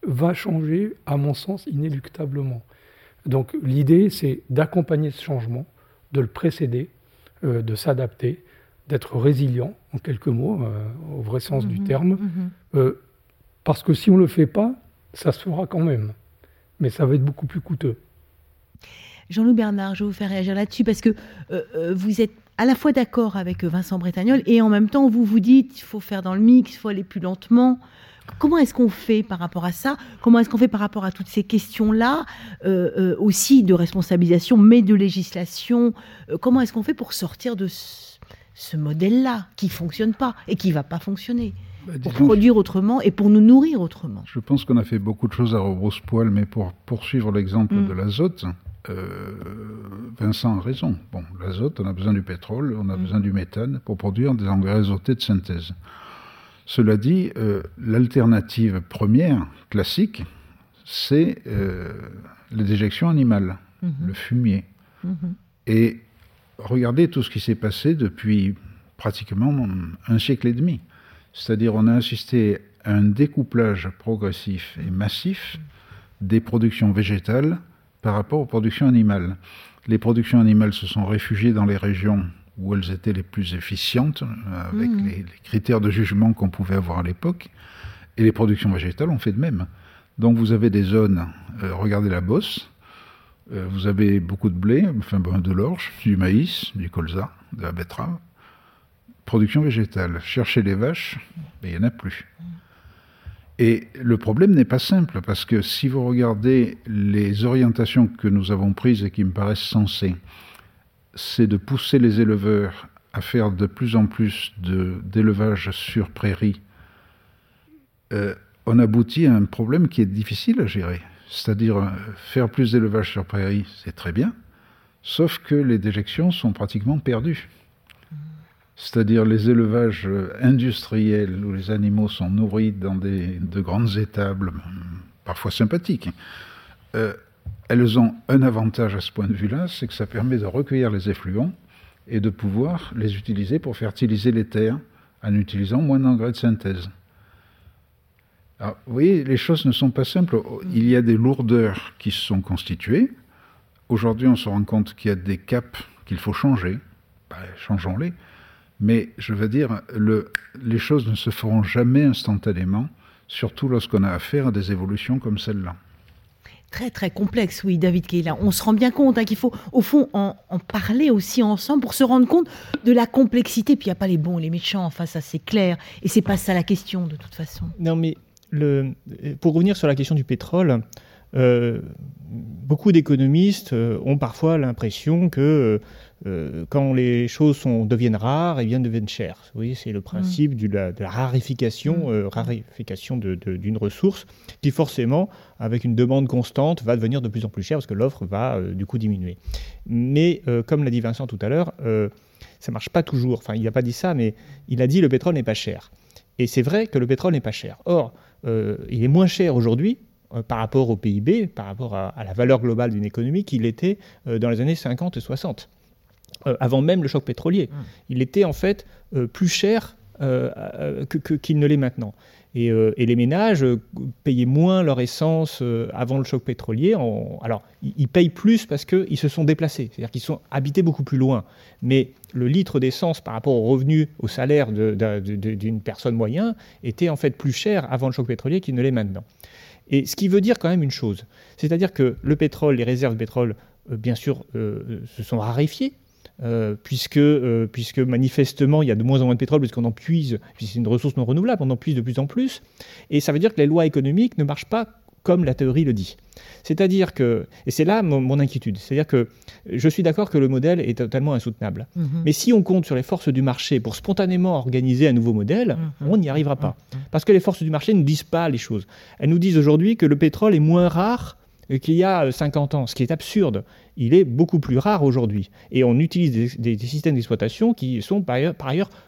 va changer, à mon sens, inéluctablement. Donc l'idée, c'est d'accompagner ce changement, de le précéder, de s'adapter, d'être résilient, en quelques mots, au vrai sens du terme, parce que si on ne le fait pas, ça se fera quand même, mais ça va être beaucoup plus coûteux. Jean-Loup Bernard, je vais vous faire réagir là-dessus, parce que vous êtes à la fois d'accord avec Vincent Bretagnol, et en même temps, vous vous dites qu'il faut faire dans le mix, il faut aller plus lentement. Comment est-ce qu'on fait par rapport à ça ? Comment est-ce qu'on fait par rapport à toutes ces questions-là, aussi de responsabilisation, mais de législation ? Comment est-ce qu'on fait pour sortir de ce modèle-là, qui ne fonctionne pas et qui ne va pas fonctionner, pour produire autrement et pour nous nourrir autrement ? Je pense qu'on a fait beaucoup de choses à rebrousse-poil, mais pour poursuivre l'exemple de l'azote, Vincent a raison. Bon, l'azote, on a besoin du pétrole, on a besoin du méthane pour produire des engrais azotés de synthèse. Cela dit, l'alternative première, classique, c'est la déjection animale, le fumier. Et regardez tout ce qui s'est passé depuis pratiquement un siècle et demi. C'est-à-dire on a assisté à un découplage progressif et massif des productions végétales par rapport aux productions animales. Les productions animales se sont réfugiées dans les régions où elles étaient les plus efficientes, avec les critères de jugement qu'on pouvait avoir à l'époque, et les productions végétales ont fait de même. Donc vous avez des zones, regardez la Beauce, vous avez beaucoup de blé, enfin de l'orge, du maïs, du colza, de la betterave. Production végétale. Cherchez les vaches, mais il n'y en a plus. Et le problème n'est pas simple, parce que si vous regardez les orientations que nous avons prises et qui me paraissent sensées, c'est de pousser les éleveurs à faire de plus en plus d'élevage sur prairie. On aboutit à un problème qui est difficile à gérer. C'est-à-dire, faire plus d'élevage sur prairie, c'est très bien, sauf que les déjections sont pratiquement perdues. C'est-à-dire les élevages industriels où les animaux sont nourris dans de grandes étables, parfois sympathiques, elles ont un avantage à ce point de vue-là, c'est que ça permet de recueillir les effluents et de pouvoir les utiliser pour fertiliser les terres en utilisant moins d'engrais de synthèse. Alors, vous voyez, les choses ne sont pas simples. Il y a des lourdeurs qui se sont constituées. Aujourd'hui, on se rend compte qu'il y a des caps qu'il faut changer. Changeons-les. Mais je veux dire, les choses ne se feront jamais instantanément, surtout lorsqu'on a affaire à des évolutions comme celle-là. Très très complexe, oui, David Kehler. On se rend bien compte qu'il faut, au fond, en parler aussi ensemble pour se rendre compte de la complexité. Puis il n'y a pas les bons et les méchants, enfin ça c'est clair. Et c'est pas ça la question de toute façon. Non mais, pour revenir sur la question du pétrole, beaucoup d'économistes ont parfois l'impression que quand les choses deviennent rares, elles deviennent chères. Vous voyez, c'est le principe de la raréfication, d'une ressource qui forcément, avec une demande constante, va devenir de plus en plus chère parce que l'offre va du coup diminuer. Mais comme l'a dit Vincent tout à l'heure, ça ne marche pas toujours. Enfin, il n'a pas dit ça, mais il a dit le pétrole n'est pas cher. Et c'est vrai que le pétrole n'est pas cher. Or, il est moins cher aujourd'hui par rapport au PIB, par rapport à la valeur globale d'une économie qu'il était dans les années 50 et 60. Avant même le choc pétrolier. Il était en fait plus cher qu'il ne l'est maintenant. Et les ménages payaient moins leur essence avant le choc pétrolier. Alors, ils payent plus parce qu'ils se sont déplacés, c'est-à-dire qu'ils sont habités beaucoup plus loin. Mais le litre d'essence par rapport au revenu, au salaire d'une personne moyenne, était en fait plus cher avant le choc pétrolier qu'il ne l'est maintenant. Et ce qui veut dire quand même une chose, c'est-à-dire que le pétrole, les réserves de pétrole, bien sûr, se sont raréfiées, puisque manifestement il y a de moins en moins de pétrole parce qu'on en puise, puis c'est une ressource non renouvelable, on en puise de plus en plus, et ça veut dire que les lois économiques ne marchent pas comme la théorie le dit. C'est-à-dire que, et c'est là mon inquiétude, c'est-à-dire que je suis d'accord que le modèle est totalement insoutenable, mais si on compte sur les forces du marché pour spontanément organiser un nouveau modèle, on n'y arrivera pas, parce que les forces du marché ne disent pas les choses. Elles nous disent aujourd'hui que le pétrole est moins rare qu'il y a 50 ans, ce qui est absurde. Il est beaucoup plus rare aujourd'hui. Et on utilise des systèmes d'exploitation qui sont par ailleurs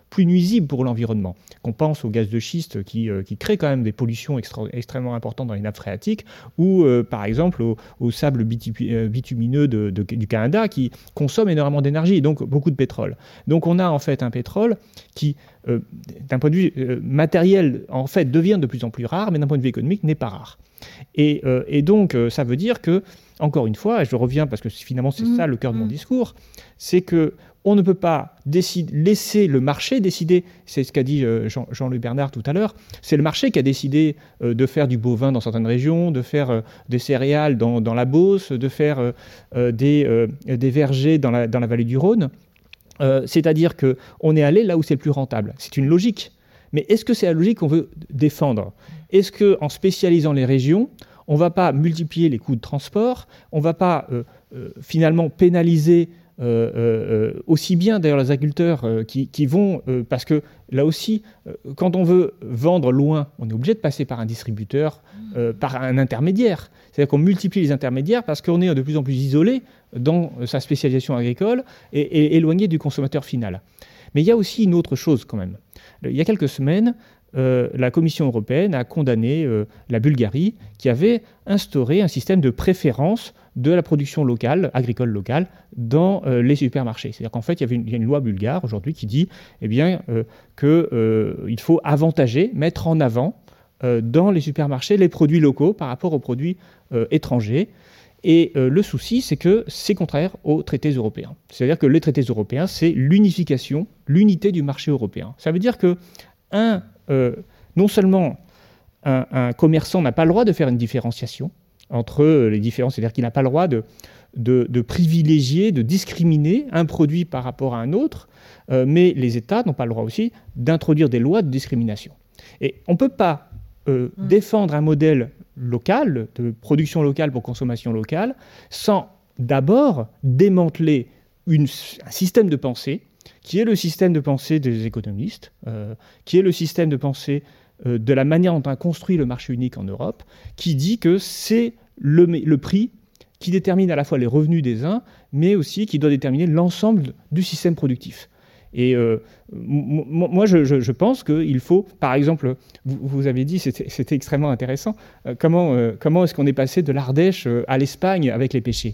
plus nuisibles pour l'environnement. Qu'on pense aux gaz de schiste qui créent quand même des pollutions extrêmement importantes dans les nappes phréatiques, ou par exemple au sable bitumineux du Canada qui consomme énormément d'énergie et donc beaucoup de pétrole. Donc on a en fait un pétrole qui, d'un point de vue matériel, en fait devient de plus en plus rare, mais d'un point de vue économique n'est pas rare. Et donc ça veut dire que, encore une fois, et je reviens parce que finalement c'est ça le cœur de mon discours, c'est que on ne peut pas laisser le marché décider, c'est ce qu'a dit Jean-Louis Bernard tout à l'heure, c'est le marché qui a décidé de faire du bovin dans certaines régions, de faire des céréales dans la Beauce, de faire des vergers dans la vallée du Rhône. C'est-à-dire qu'on est allé là où c'est le plus rentable. C'est une logique. Mais est-ce que c'est la logique qu'on veut défendre ? Est-ce qu'en spécialisant les régions, on ne va pas multiplier les coûts de transport, on ne va pas finalement pénaliser aussi bien d'ailleurs les agriculteurs qui vont, parce que là aussi, quand on veut vendre loin, on est obligé de passer par un distributeur, par un intermédiaire. C'est-à-dire qu'on multiplie les intermédiaires parce qu'on est de plus en plus isolé dans sa spécialisation agricole et éloigné du consommateur final. Mais il y a aussi une autre chose quand même. Il y a quelques semaines, la Commission européenne a condamné la Bulgarie qui avait instauré un système de préférence de la production locale, agricole locale, dans les supermarchés. C'est-à-dire qu'en fait, il y a une loi bulgare aujourd'hui qui dit qu'il faut avantager, mettre en avant dans les supermarchés les produits locaux par rapport aux produits étrangers. Et le souci, c'est que c'est contraire aux traités européens. C'est-à-dire que les traités européens, c'est l'unification, l'unité du marché européen. Ça veut dire que non seulement un commerçant n'a pas le droit de faire une différenciation entre les différents, c'est-à-dire qu'il n'a pas le droit de privilégier, de discriminer un produit par rapport à un autre, mais les États n'ont pas le droit aussi d'introduire des lois de discrimination. Et on ne peut pas défendre un modèle local, de production locale pour consommation locale, sans d'abord démanteler un système de pensée qui est le système de pensée des économistes, qui est le système de pensée de la manière dont on a construit le marché unique en Europe, qui dit que c'est le prix qui détermine à la fois les revenus des uns, mais aussi qui doit déterminer l'ensemble du système productif. Et moi, je pense qu'il faut, par exemple, vous avez dit, c'était extrêmement intéressant, comment est-ce qu'on est passé de l'Ardèche à l'Espagne avec les pêchers.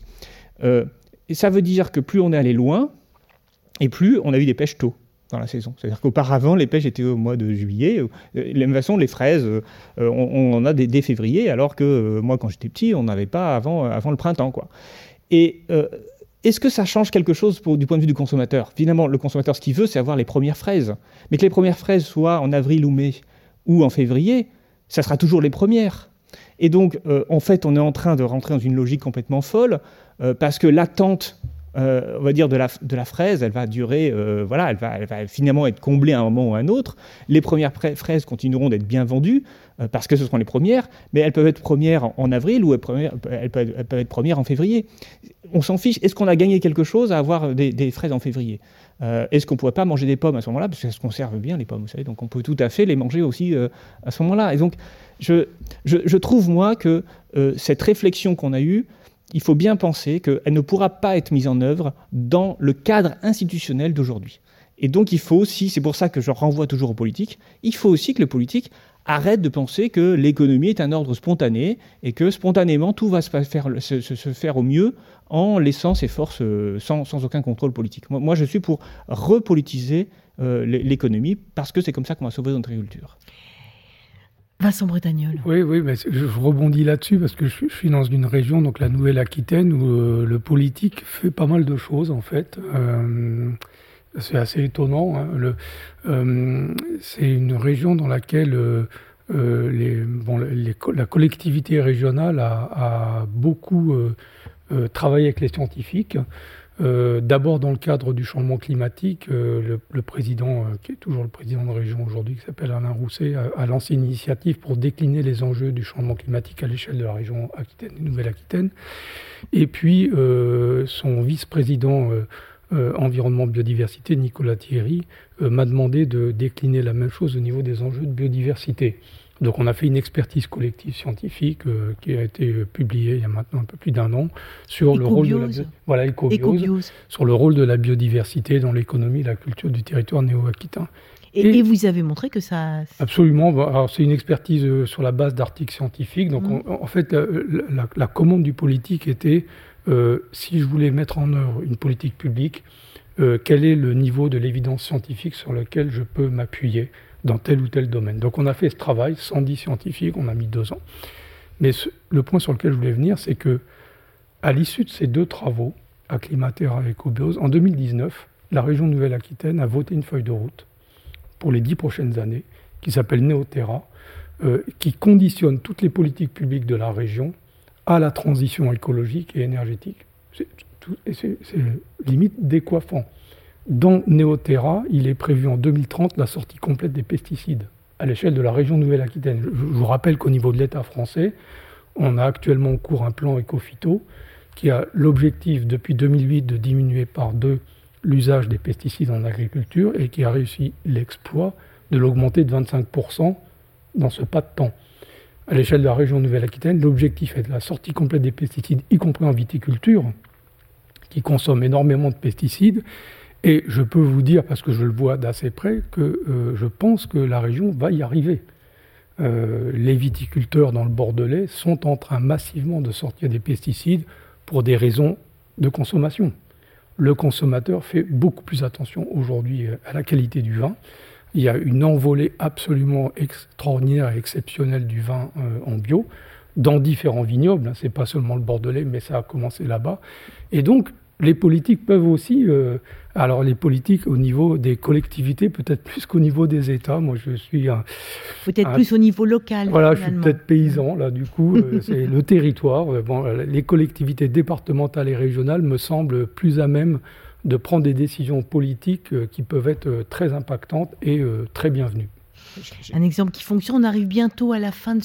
Et ça veut dire que plus on est allé loin, et plus on a eu des pêches tôt dans la saison. C'est-à-dire qu'auparavant, les pêches étaient au mois de juillet. De la même façon, les fraises, on en a dès février, alors que moi, quand j'étais petit, on n'avait pas avant le printemps, quoi. Et est-ce que ça change quelque chose du point de vue du consommateur ? Finalement, le consommateur, ce qu'il veut, c'est avoir les premières fraises. Mais que les premières fraises soient en avril ou mai ou en février, ça sera toujours les premières. Et donc, en fait, on est en train de rentrer dans une logique complètement folle, parce que l'attente, on va dire, de la fraise, elle va durer, elle va finalement être comblée à un moment ou à un autre. Les premières fraises continueront d'être bien vendues, parce que ce seront les premières, mais elles peuvent être premières en avril ou elles peuvent être premières en février. On s'en fiche. Est-ce qu'on a gagné quelque chose à avoir des fraises en février ? Est-ce qu'on ne pourrait pas manger des pommes à ce moment-là ? Parce que ça se conserve bien, les pommes, vous savez, donc on peut tout à fait les manger aussi à ce moment-là. Et donc, je trouve, moi, que cette réflexion qu'on a eue, il faut bien penser qu'elle ne pourra pas être mise en œuvre dans le cadre institutionnel d'aujourd'hui. Et donc il faut aussi, c'est pour ça que je renvoie toujours aux politiques, il faut aussi que les politiques arrêtent de penser que l'économie est un ordre spontané et que spontanément tout va se faire au mieux en laissant ses forces sans aucun contrôle politique. Moi je suis pour repolitiser l'économie parce que c'est comme ça qu'on va sauver notre agriculture. Vincent Bretagnol. Oui, mais je rebondis là-dessus parce que je suis dans une région, donc la Nouvelle-Aquitaine, où le politique fait pas mal de choses en fait. C'est assez étonnant. C'est une région dans laquelle la collectivité régionale a beaucoup travaillé avec les scientifiques. D'abord dans le cadre du changement climatique, le président, qui est toujours le président de région aujourd'hui, qui s'appelle Alain Rousset, a lancé une initiative pour décliner les enjeux du changement climatique à l'échelle de la région Aquitaine, Nouvelle-Aquitaine. Et puis son vice-président environnement biodiversité, Nicolas Thierry, m'a demandé de décliner la même chose au niveau des enjeux de biodiversité. Donc on a fait une expertise collective scientifique qui a été publiée il y a maintenant un peu plus d'1 an sur le rôle de la écobiose, sur le rôle de la biodiversité dans l'économie et la culture du territoire néo-aquitain. Et vous avez montré que ça... Absolument. Alors, c'est une expertise sur la base d'articles scientifiques. Donc, en fait, la commande du politique était, si je voulais mettre en œuvre une politique publique, quel est le niveau de l'évidence scientifique sur lequel je peux m'appuyer dans tel ou tel domaine. Donc, on a fait ce travail, 110 scientifiques, on a mis 2 ans. Mais le point sur lequel je voulais venir, c'est que à l'issue de ces 2 travaux, Acclimaterra et Écobiose, en 2019, la région Nouvelle-Aquitaine a voté une feuille de route pour les 10 prochaines années, qui s'appelle Néoterra, qui conditionne toutes les politiques publiques de la région à la transition écologique et énergétique. C'est limite décoiffant. Dans Néoterra, il est prévu en 2030 la sortie complète des pesticides à l'échelle de la région Nouvelle-Aquitaine. Je vous rappelle qu'au niveau de l'État français, on a actuellement en cours un plan éco-phyto qui a l'objectif depuis 2008 de diminuer par 2 l'usage des pesticides en agriculture et qui a réussi l'exploit de l'augmenter de 25% dans ce pas de temps. À l'échelle de la région Nouvelle-Aquitaine, l'objectif est de la sortie complète des pesticides, y compris en viticulture, qui consomme énormément de pesticides. Et je peux vous dire, parce que je le vois d'assez près, que je pense que la région va y arriver. Les viticulteurs dans le Bordelais sont en train massivement de sortir des pesticides pour des raisons de consommation. Le consommateur fait beaucoup plus attention aujourd'hui à la qualité du vin. Il y a une envolée absolument extraordinaire et exceptionnelle du vin en bio dans différents vignobles. Ce n'est pas seulement le Bordelais, mais ça a commencé là-bas. Et donc, les politiques peuvent aussi... alors, les politiques au niveau des collectivités, peut-être plus qu'au niveau des États. Moi, je suis... peut-être plus au niveau local, voilà, finalement. Je suis peut-être paysan, là, du coup. C'est le territoire. Les collectivités départementales et régionales me semblent plus à même de prendre des décisions politiques qui peuvent être très impactantes et très bienvenues. Un exemple qui fonctionne. On arrive bientôt à la fin de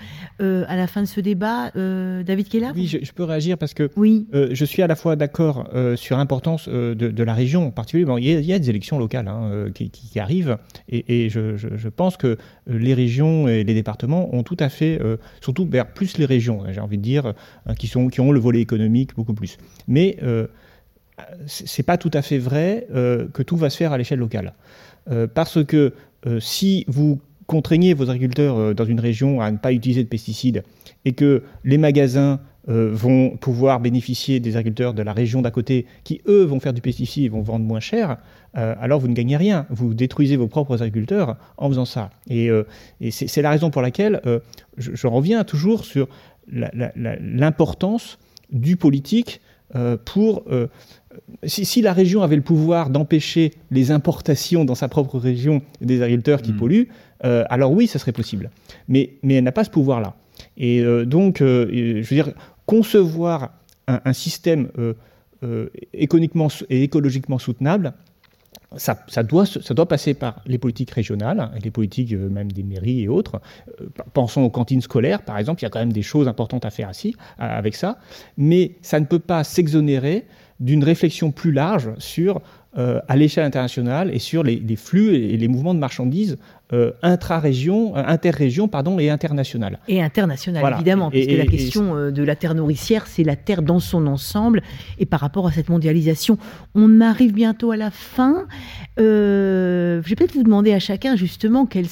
ce débat. David Keller ? Oui, je peux réagir parce que oui. Je suis à la fois d'accord sur l'importance de la région en particulier. Bon, il y a des élections locales qui arrivent et je pense que les régions et les départements ont tout à fait, surtout plus les régions, j'ai envie de dire, qui ont le volet économique beaucoup plus. Mais c'est pas tout à fait vrai que tout va se faire à l'échelle locale. Parce que si vous contraignez vos agriculteurs dans une région à ne pas utiliser de pesticides et que les magasins vont pouvoir bénéficier des agriculteurs de la région d'à côté qui, eux, vont faire du pesticide et vont vendre moins cher, alors vous ne gagnez rien. Vous détruisez vos propres agriculteurs en faisant ça. Et c'est la raison pour laquelle je reviens toujours sur l'importance du politique pour... Si la région avait le pouvoir d'empêcher les importations dans sa propre région des agriculteurs qui polluent, alors oui, ça serait possible. Mais elle n'a pas ce pouvoir-là. Et donc, je veux dire, concevoir un système économiquement et écologiquement soutenable, ça doit passer par les politiques régionales, les politiques même des mairies et autres. Pensons aux cantines scolaires, par exemple, il y a quand même des choses importantes à faire avec ça. Mais ça ne peut pas s'exonérer d'une réflexion plus large à l'échelle internationale et sur les flux et les mouvements de marchandises interrégions et internationales. Et internationales, voilà. Évidemment, puisque la question de la terre nourricière, c'est la terre dans son ensemble. Et par rapport à cette mondialisation, on arrive bientôt à la fin. Je vais peut-être vous demander à chacun, justement, quel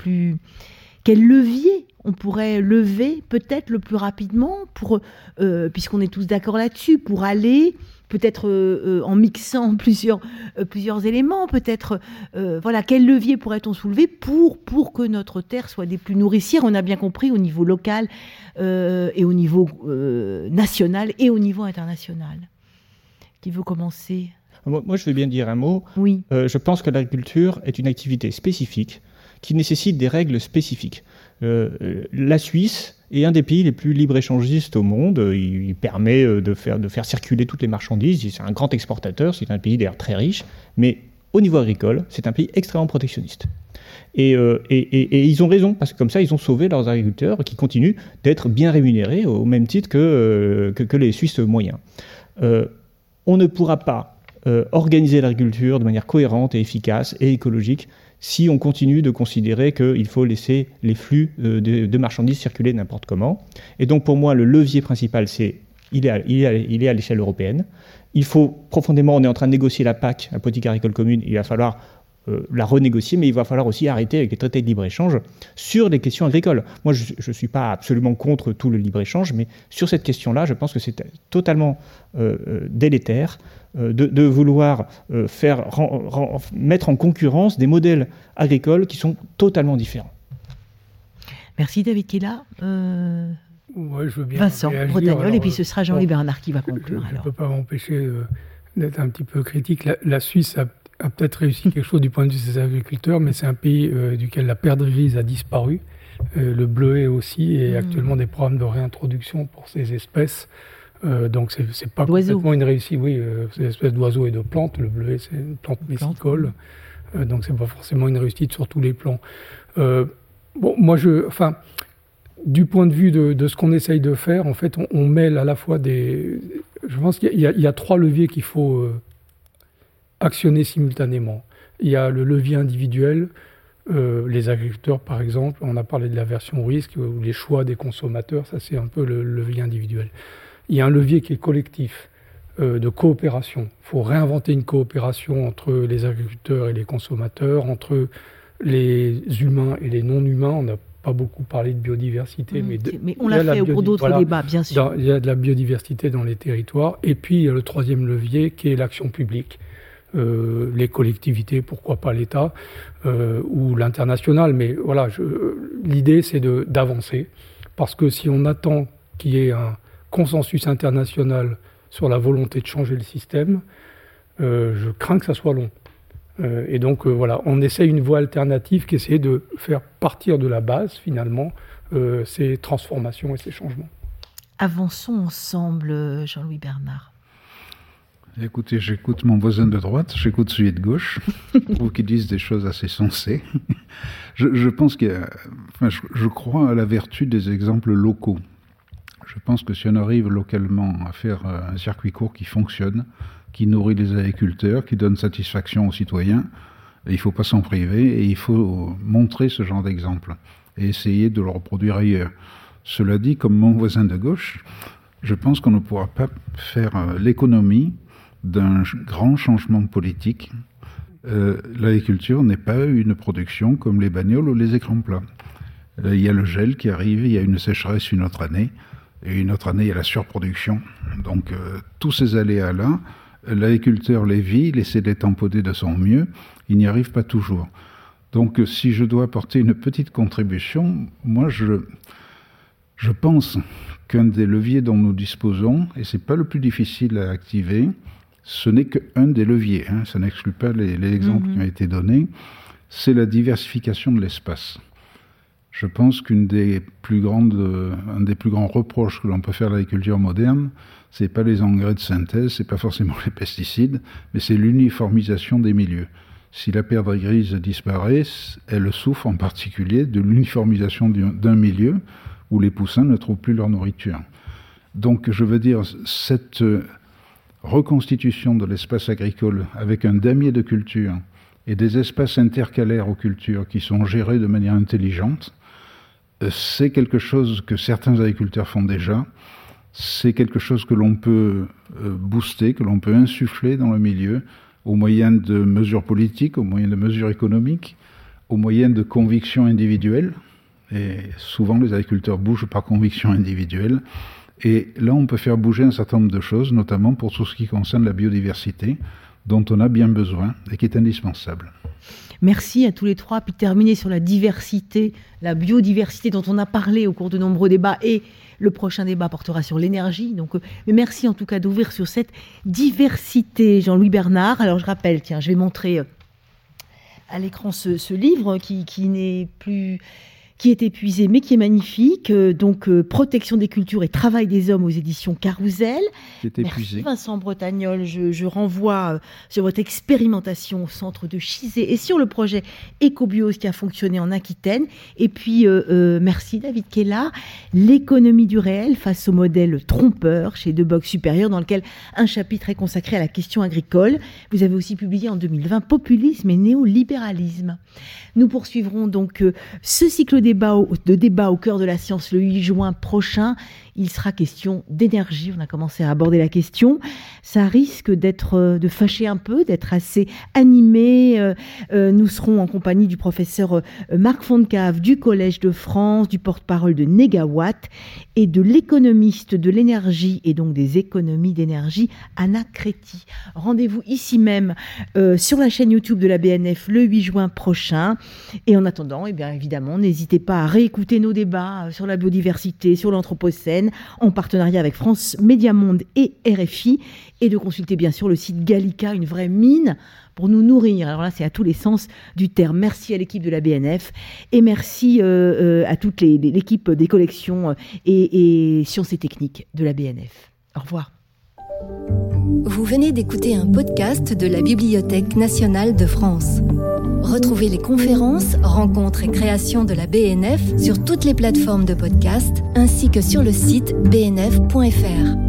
levier on pourrait lever, peut-être le plus rapidement, puisqu'on est tous d'accord là-dessus, pour aller... peut-être en mixant plusieurs éléments, peut-être, quel levier pourrait-on soulever pour que notre terre soit des plus nourricières, on a bien compris, au niveau local et au niveau national et au niveau international. Qui veut commencer ? Moi, je vais bien dire un mot. Oui. Je pense que l'agriculture est une activité spécifique qui nécessite des règles spécifiques. La Suisse est un des pays les plus libre-échangistes au monde. Il permet de faire circuler toutes les marchandises. C'est un grand exportateur, c'est un pays d'ailleurs très riche. Mais au niveau agricole, c'est un pays extrêmement protectionniste. Et ils ont raison, parce que comme ça, ils ont sauvé leurs agriculteurs qui continuent d'être bien rémunérés au même titre que les Suisses moyens. On ne pourra pas organiser l'agriculture de manière cohérente et efficace et écologique si on continue de considérer qu'il faut laisser les flux de marchandises circuler n'importe comment. Et donc pour moi, le levier principal, il est à l'échelle européenne. Il faut profondément, on est en train de négocier la PAC, la politique agricole commune, il va falloir la renégocier, mais il va falloir aussi arrêter avec les traités de libre-échange sur les questions agricoles. Moi, je ne suis pas absolument contre tout le libre-échange, mais sur cette question-là, je pense que c'est totalement délétère de vouloir mettre en concurrence des modèles agricoles qui sont totalement différents. Merci David Killa. Ouais, je veux bien Vincent Bretagnol, et puis ce sera Jean-Louis bon, Bernard qui va conclure. Je ne peux pas m'empêcher d'être un petit peu critique. La Suisse a peut-être réussi quelque chose du point de vue de ses agriculteurs, mais c'est un pays duquel la perdrix grise a disparu, le bleuet aussi, et actuellement des programmes de réintroduction pour ces espèces. Donc c'est pas complètement une réussite. Oui, c'est une espèce d'oiseaux et de plantes. Le bleuet, c'est une plante messicole, donc c'est pas forcément une réussite sur tous les plans. Du point de vue de ce qu'on essaye de faire, en fait, on mêle à la fois je pense qu'il y a 3 leviers qu'il faut actionner simultanément. Il y a le levier individuel, les agriculteurs par exemple, on a parlé de la version risque, ou les choix des consommateurs, ça c'est un peu le levier individuel. Il y a un levier qui est collectif, de coopération. Il faut réinventer une coopération entre les agriculteurs et les consommateurs, entre les humains et les non-humains. On n'a pas beaucoup parlé de biodiversité, mais on l'a fait au cours d'autres débats, bien sûr. Il y a de la biodiversité dans les territoires. Et puis il y a le 3e levier qui est l'action publique. Les collectivités, pourquoi pas l'État, ou l'international. Mais voilà, l'idée c'est d'avancer. Parce que si on attend qu'il y ait un consensus international sur la volonté de changer le système, je crains que ça soit long. Et donc voilà, on essaie une voie alternative qui essaie de faire partir de la base finalement ces transformations et ces changements. Avançons ensemble, Jean-Louis Bernard. Écoutez, j'écoute mon voisin de droite, j'écoute celui de gauche, ou qui disent des choses assez sensées. Je pense je crois à la vertu des exemples locaux. Je pense que si on arrive localement à faire un circuit court qui fonctionne, qui nourrit les agriculteurs, qui donne satisfaction aux citoyens, il ne faut pas s'en priver et il faut montrer ce genre d'exemple et essayer de le reproduire ailleurs. Cela dit, comme mon voisin de gauche, je pense qu'on ne pourra pas faire l'économie d'un grand changement politique. L'agriculture n'est pas une production comme les bagnoles ou les écrans plats. Il y a le gel qui arrive, il y a une sécheresse une autre année, et une autre année il y a la surproduction. Donc tous ces aléas-là, l'agriculteur les vit, il essaie de les tamponner de son mieux, il n'y arrive pas toujours. Donc si je dois apporter une petite contribution, moi je pense qu'un des leviers dont nous disposons, et ce n'est pas le plus difficile à activer, ce n'est qu'un des leviers, ça n'exclut pas les exemples qui ont été donnés, c'est la diversification de l'espace. Je pense un des plus grands reproches que l'on peut faire à l'agriculture moderne, c'est pas les engrais de synthèse, c'est pas forcément les pesticides, mais c'est l'uniformisation des milieux. Si la perdrix grise disparaît, elle souffre en particulier de l'uniformisation d'un milieu où les poussins ne trouvent plus leur nourriture. Donc je veux dire, cette reconstitution de l'espace agricole avec un damier de culture et des espaces intercalaires aux cultures qui sont gérés de manière intelligente, c'est quelque chose que certains agriculteurs font déjà, c'est quelque chose que l'on peut booster, que l'on peut insuffler dans le milieu au moyen de mesures politiques, au moyen de mesures économiques, au moyen de convictions individuelles. Et souvent les agriculteurs bougent par conviction individuelle. Et là, on peut faire bouger un certain nombre de choses, notamment pour tout ce qui concerne la biodiversité, dont on a bien besoin et qui est indispensable. Merci à tous les trois. Puis terminer sur la diversité, la biodiversité dont on a parlé au cours de nombreux débats, et le prochain débat portera sur l'énergie. Donc, mais merci en tout cas d'ouvrir sur cette diversité, Jean-Louis Bernard. Alors je rappelle, je vais montrer à l'écran ce livre qui n'est plus qui est épuisé mais qui est magnifique. Donc Protection des cultures et travail des hommes aux éditions Carousel. C'est épuisé. Merci Vincent Bretagnol. Je renvoie sur votre expérimentation au centre de Chizé et sur le projet Ecobios qui a fonctionné en Aquitaine. Et puis merci David Kella. L'économie du réel face au modèle trompeur chez Deboc Supérieur, dans lequel un chapitre est consacré à la question agricole. Vous avez aussi publié en 2020 Populisme et néolibéralisme. Nous poursuivrons donc ce cycle de débat au cœur de la science le 8 juin prochain. Il sera question d'énergie. On a commencé à aborder la question. Ça risque de fâcher un peu, d'être assez animé. Nous serons en compagnie du professeur Marc Fontcave du Collège de France, du porte-parole de Négawatt et de l'économiste de l'énergie et donc des économies d'énergie, Anna Créti. Rendez-vous ici même sur la chaîne YouTube de la BNF le 8 juin prochain. Et en attendant, eh bien évidemment, n'hésitez pas à réécouter nos débats sur la biodiversité, sur l'Anthropocène, en partenariat avec France Média Monde et RFI, et de consulter bien sûr le site Gallica, une vraie mine pour nous nourrir. Alors là, c'est à tous les sens du terme. Merci à l'équipe de la BNF et merci à toute l'équipe des collections et sciences et techniques de la BNF. Au revoir. Vous venez d'écouter un podcast de la Bibliothèque nationale de France. Retrouvez les conférences, rencontres et créations de la BNF sur toutes les plateformes de podcast ainsi que sur le site bnf.fr.